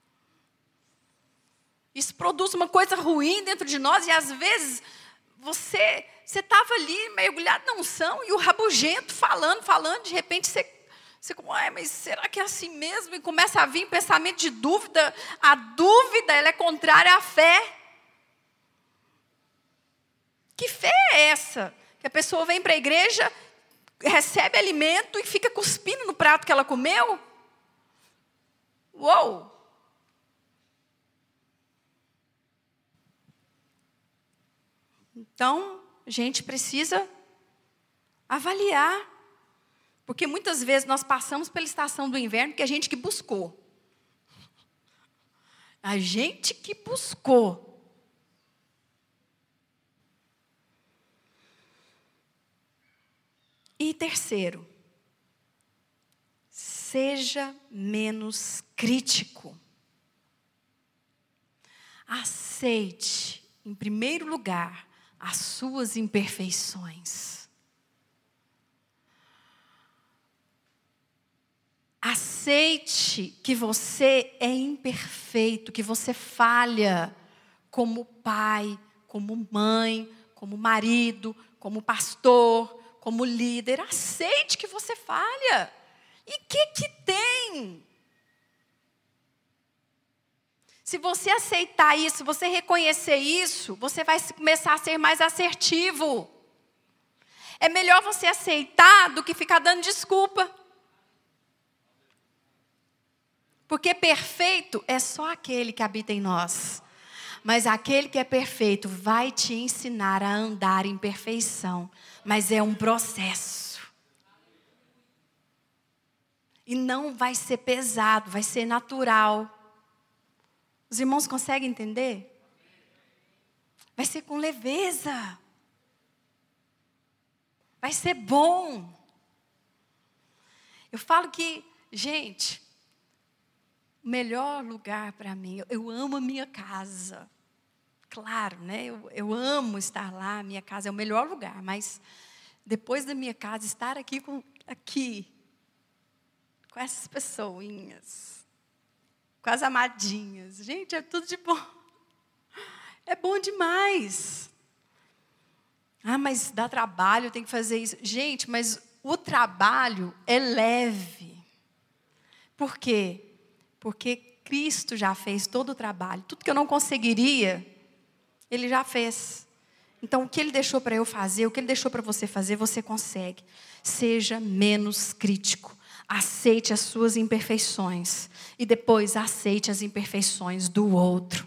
Isso produz uma coisa ruim dentro de nós e às vezes você estava ali mergulhado na unção e o rabugento falando, de repente você mas será que é assim mesmo? E começa a vir pensamento de dúvida. A dúvida, ela é contrária à fé. Que fé é essa? Que a pessoa vem para a igreja, recebe alimento e fica cuspindo no prato que ela comeu? Uou! Então, a gente precisa avaliar. Porque muitas vezes nós passamos pela estação do inverno que a gente que buscou. A gente que buscou. E terceiro, seja menos crítico. Aceite, em primeiro lugar, as suas imperfeições. Aceite que você é imperfeito, que você falha como pai, como mãe, como marido, como pastor, como líder. Aceite que você falha. E o que tem? Se você aceitar isso, você reconhecer isso, você vai começar a ser mais assertivo. É melhor você aceitar do que ficar dando desculpa. Porque perfeito é só aquele que habita em nós. Mas aquele que é perfeito vai te ensinar a andar em perfeição. Mas é um processo. E não vai ser pesado, vai ser natural. Os irmãos conseguem entender? Vai ser com leveza. Vai ser bom. Eu falo que, gente, o melhor lugar para mim. Eu amo a minha casa. Claro, né? Eu amo estar lá, a minha casa é o melhor lugar, mas depois da minha casa, estar aqui com essas pessoinhas, com as amadinhas. Gente, é tudo de bom. É bom demais. Ah, mas dá trabalho, tem que fazer isso. Gente, mas o trabalho é leve. Por quê? Porque Cristo já fez todo o trabalho. Tudo que eu não conseguiria, Ele já fez. Então, o que Ele deixou para eu fazer, o que Ele deixou para você fazer, você consegue. Seja menos crítico. Aceite as suas imperfeições. E depois aceite as imperfeições do outro.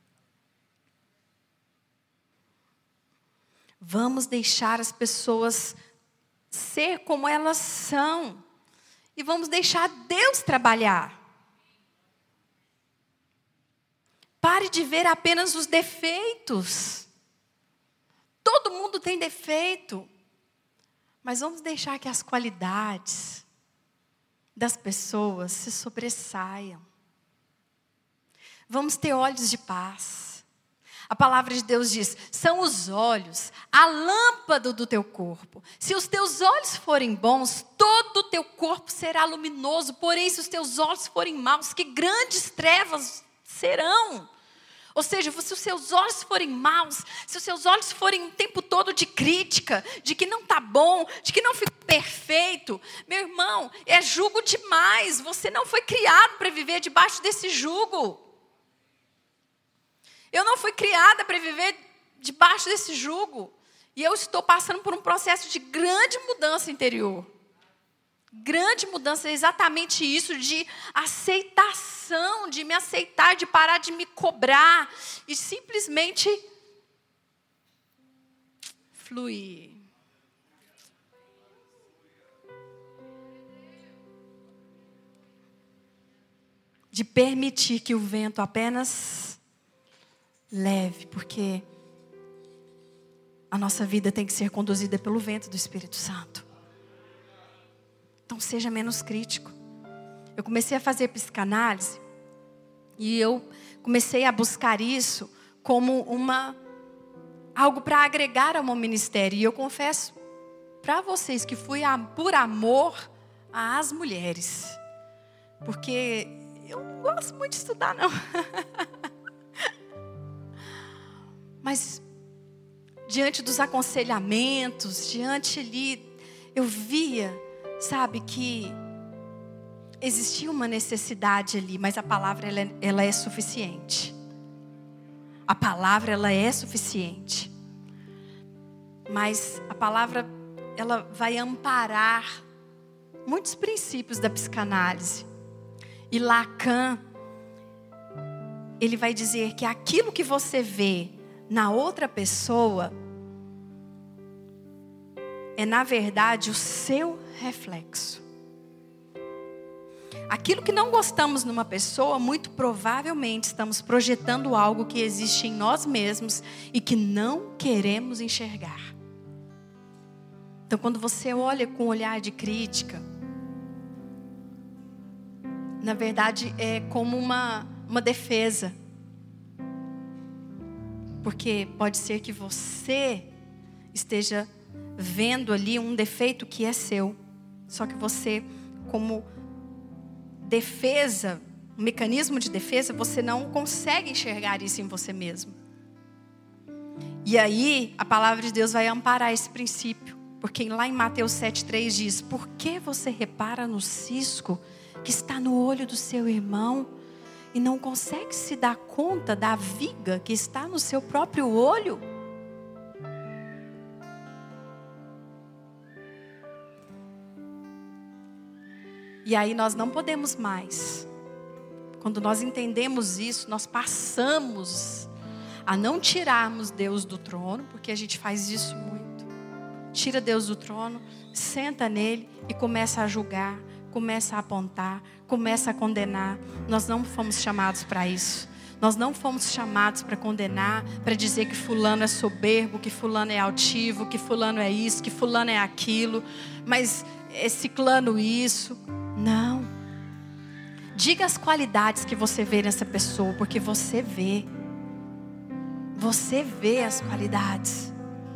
Vamos deixar as pessoas ser como elas são. E vamos deixar Deus trabalhar. Pare de ver apenas os defeitos. Todo mundo tem defeito. Mas vamos deixar que as qualidades das pessoas se sobressaiam. Vamos ter olhos de paz. A palavra de Deus diz, são os olhos, a lâmpada do teu corpo. Se os teus olhos forem bons, todo o teu corpo será luminoso. Porém, se os teus olhos forem maus, que grandes trevas serão. Ou seja, se os seus olhos forem maus, se os seus olhos forem o tempo todo de crítica, de que não está bom, de que não ficou perfeito, meu irmão, é jugo demais. Você não foi criado para viver debaixo desse jugo. Eu não fui criada para viver debaixo desse jugo. E eu estou passando por um processo de grande mudança interior. Grande mudança é exatamente isso, de aceitação, de me aceitar, de parar de me cobrar e simplesmente fluir. De permitir que o vento apenas leve, porque a nossa vida tem que ser conduzida pelo vento do Espírito Santo. Então seja menos crítico. Eu comecei a fazer psicanálise e eu comecei a buscar isso como algo para agregar ao meu ministério. E eu confesso para vocês que fui por amor às mulheres. Porque eu não gosto muito de estudar, não. Mas diante dos aconselhamentos, diante ali, eu via, sabe, que existia uma necessidade ali, mas a palavra ela é suficiente. A palavra ela é suficiente. Mas a palavra ela vai amparar muitos princípios da psicanálise. E Lacan, ele vai dizer que aquilo que você vê na outra pessoa é, na verdade, o seu reflexo. Aquilo que não gostamos numa pessoa, muito provavelmente estamos projetando algo que existe em nós mesmos e que não queremos enxergar. Então, quando você olha com um olhar de crítica, na verdade, é como uma defesa. Porque pode ser que você esteja vendo ali um defeito que é seu. Só que você, como defesa, um mecanismo de defesa, você não consegue enxergar isso em você mesmo. E aí, a palavra de Deus vai amparar esse princípio. Porque lá em Mateus 7,3 diz, por que você repara no cisco que está no olho do seu irmão e não consegue se dar conta da viga que está no seu próprio olho? E aí nós não podemos mais. Quando nós entendemos isso, nós passamos a não tirarmos Deus do trono, porque a gente faz isso muito. Tira Deus do trono, senta nele e começa a julgar, começa a apontar, começa a condenar. Nós não fomos chamados para isso. Nós não fomos chamados para condenar, para dizer que fulano é soberbo, que fulano é altivo, que fulano é isso, que fulano é aquilo, mas é ciclano isso. Não. Diga as qualidades que você vê nessa pessoa, porque você vê. Você vê as qualidades.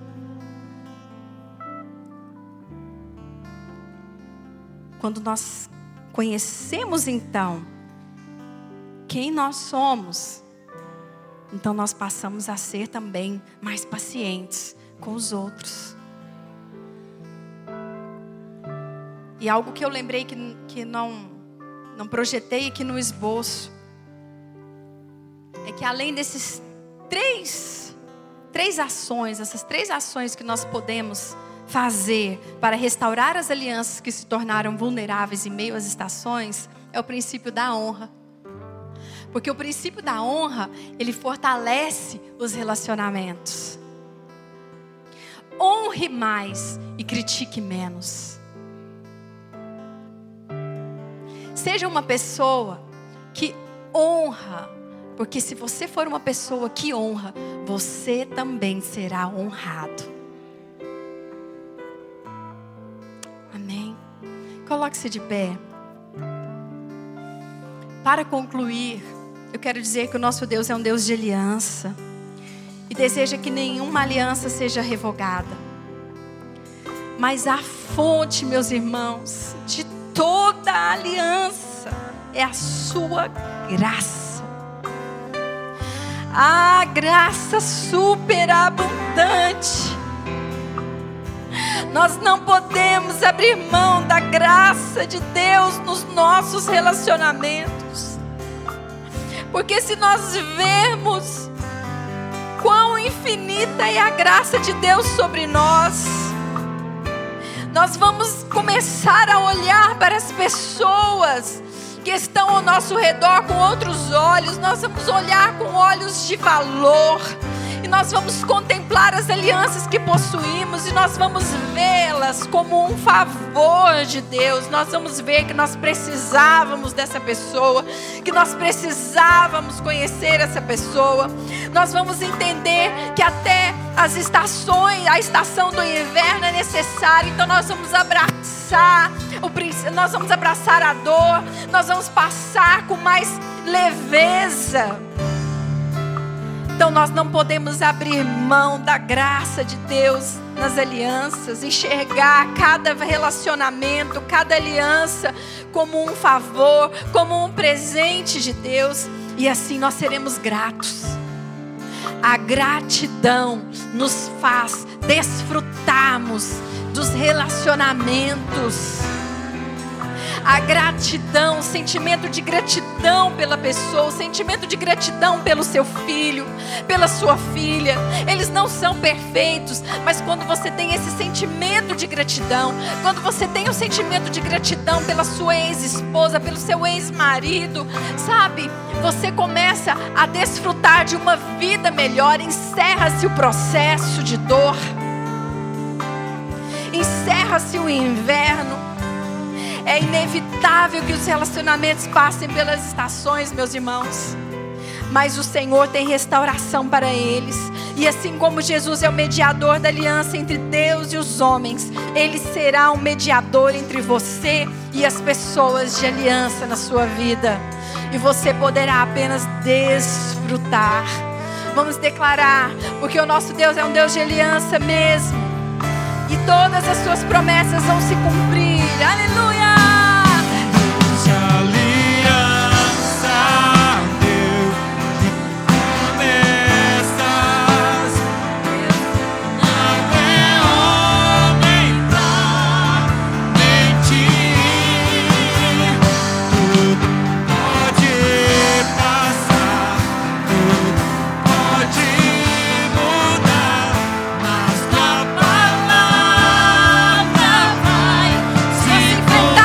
Quando nós conhecemos então quem nós somos, então nós passamos a ser também mais pacientes com os outros. E algo que eu lembrei que não projetei aqui no esboço, é que além desses três ações, essas 3 ações que nós podemos fazer para restaurar as alianças que se tornaram vulneráveis em meio às estações, é o princípio da honra. Porque o princípio da honra, ele fortalece os relacionamentos. Honre mais e critique menos. Seja uma pessoa que honra, porque se você for uma pessoa que honra, você também será honrado. Amém? Coloque-se de pé. Para concluir, eu quero dizer que o nosso Deus é um Deus de aliança e deseja que nenhuma aliança seja revogada. Mas a fonte, meus irmãos, de toda a aliança é a sua graça. A graça superabundante. Nós não podemos abrir mão da graça de Deus nos nossos relacionamentos. Porque se nós vermos quão infinita é a graça de Deus sobre nós, nós vamos começar a olhar para as pessoas que estão ao nosso redor com outros olhos. Nós vamos olhar com olhos de valor. E nós vamos contemplar as alianças que possuímos. E nós vamos vê-las como um favor de Deus. Nós vamos ver que nós precisávamos dessa pessoa. Que nós precisávamos conhecer essa pessoa. Nós vamos entender que até as estações, a estação do inverno é necessária. Então nós vamos abraçar a dor. Nós vamos passar com mais leveza. Então nós não podemos abrir mão da graça de Deus nas alianças, enxergar cada relacionamento, cada aliança como um favor, como um presente de Deus, e assim nós seremos gratos. A gratidão nos faz desfrutarmos dos relacionamentos. A gratidão, o sentimento de gratidão pela pessoa, o sentimento de gratidão pelo seu filho, pela sua filha. Eles não são perfeitos, mas quando você tem esse sentimento de gratidão, quando você tem o sentimento de gratidão pela sua ex-esposa, pelo seu ex-marido, sabe? Você começa a desfrutar de uma vida melhor. Encerra-se o processo de dor. Encerra-se o inverno. É inevitável que os relacionamentos passem pelas estações, meus irmãos. Mas o Senhor tem restauração para eles. E assim como Jesus é o mediador da aliança entre Deus e os homens, Ele será um mediador entre você e as pessoas de aliança na sua vida. E você poderá apenas desfrutar. Vamos declarar, porque o nosso Deus é um Deus de aliança mesmo. E todas as suas promessas vão se cumprir. Aleluia! Vai se enfrentar.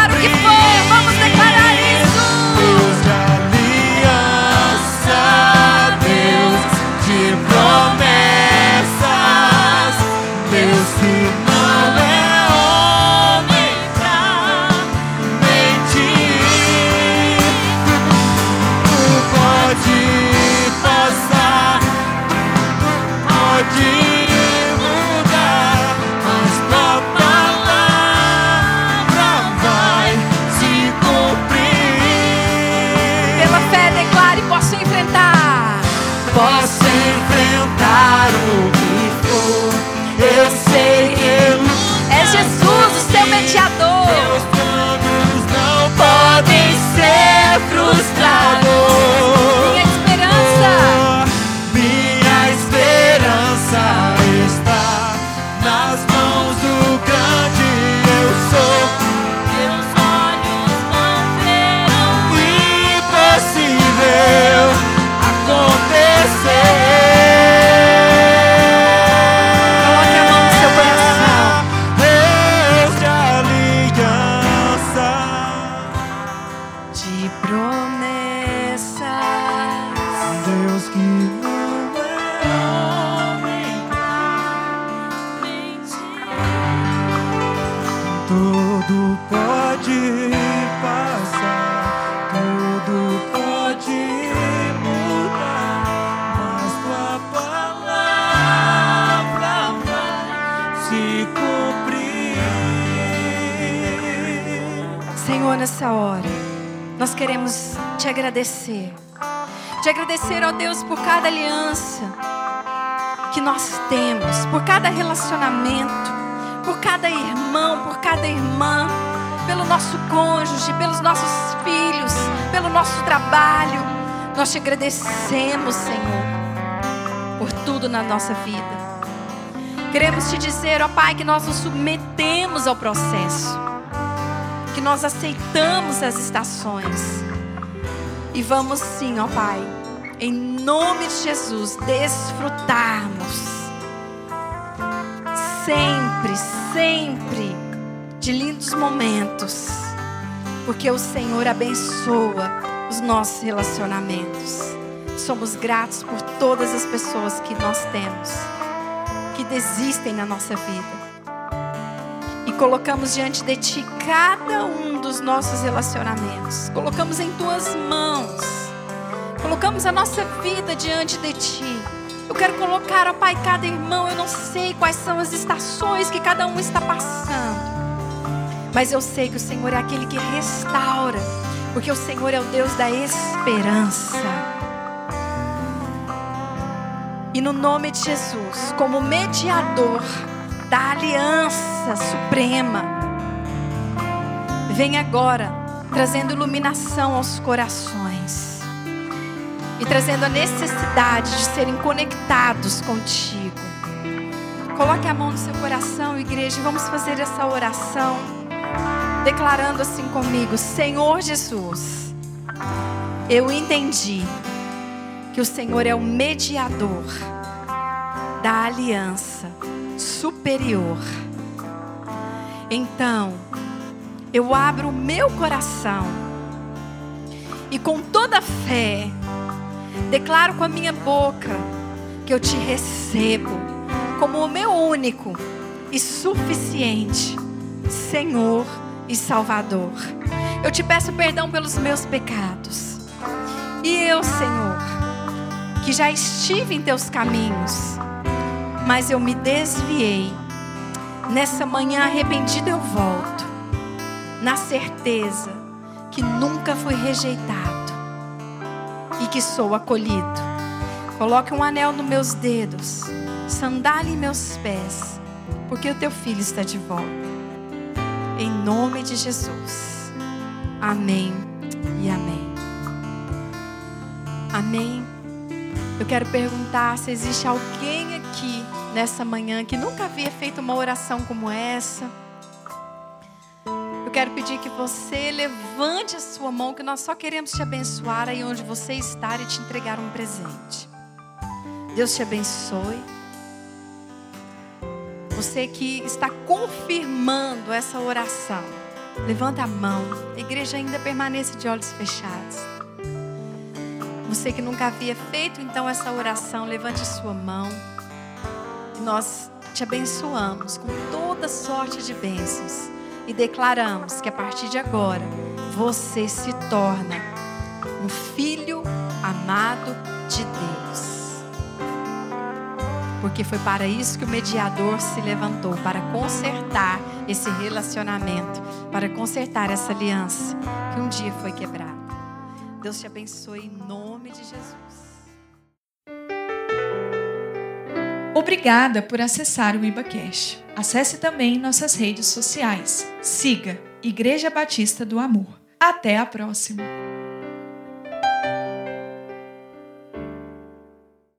posso enfrentar o que for. Eu sei que É Jesus, o seu mediador. meus planos não podem ser frustrados. Minha esperança. Minha esperança está nas mãos do grande eu sou. Meus olhos não verão O impossível acontecer. Coloque a mão no seu coração. Deus de aliança, De promessas. Deus que não é homem, tudo pode passar, tudo pode mudar, mas tua palavra vai se cumprir. Senhor, nessa hora, nós queremos te agradecer. Te agradecer, ó Deus, por cada aliança que nós temos, por cada relacionamento, por cada irmão, por cada irmã, pelo nosso cônjuge, pelos nossos filhos, pelo nosso trabalho. Nós te agradecemos, Senhor, por tudo na nossa vida. Queremos te dizer, ó Pai, que nós nos submetemos ao processo, que nós aceitamos as estações e vamos sim, ó Pai, em nome de Jesus, desfrutarmos sempre, sempre de lindos momentos, porque o Senhor abençoa os nossos relacionamentos. Somos gratos por todas as pessoas que nós temos, que desistem na nossa vida. E colocamos diante de Ti cada um dos nossos relacionamentos. Colocamos em Tuas mãos. Colocamos a nossa vida diante de Ti. Eu quero colocar, ó Pai, cada irmão. Eu não sei quais são as estações que cada um está passando, mas eu sei que o Senhor é aquele que restaura, porque o Senhor é o Deus da esperança. E no nome de Jesus, como mediador da aliança suprema, vem agora trazendo iluminação aos corações e trazendo a necessidade de serem conectados contigo. Coloque a mão no seu coração, igreja, e vamos fazer essa oração, declarando assim comigo: Senhor Jesus, eu entendi que o Senhor é o mediador da aliança superior. Então, eu abro o meu coração e com toda fé declaro com a minha boca que eu te recebo como o meu único e suficiente Senhor e Salvador. Eu te peço perdão pelos meus pecados. E eu, Senhor, que já estive em teus caminhos, mas eu me desviei. Nessa manhã arrependida eu volto, na certeza que nunca fui rejeitado e que sou acolhido. Coloque um anel nos meus dedos, sandália em meus pés, porque o teu filho está de volta. Em nome de Jesus. Amém e amém. Amém. Eu quero perguntar se existe alguém aqui nessa manhã que nunca havia feito uma oração como essa. Eu quero pedir que você levante a sua mão, que nós só queremos te abençoar aí onde você está e te entregar um presente. Deus te abençoe. Você que está confirmando essa oração, levanta a mão. A igreja ainda permanece de olhos fechados. Você que nunca havia feito então essa oração, levante a sua mão. E nós te abençoamos com toda sorte de bênçãos. E declaramos que a partir de agora, você se torna um filho amado de Deus. Porque foi para isso que o mediador se levantou, para consertar esse relacionamento, para consertar essa aliança que um dia foi quebrada. Deus te abençoe em nome de Jesus. Obrigada por acessar o IbaCast. Acesse também nossas redes sociais. Siga Igreja Batista do Amor. Até a próxima!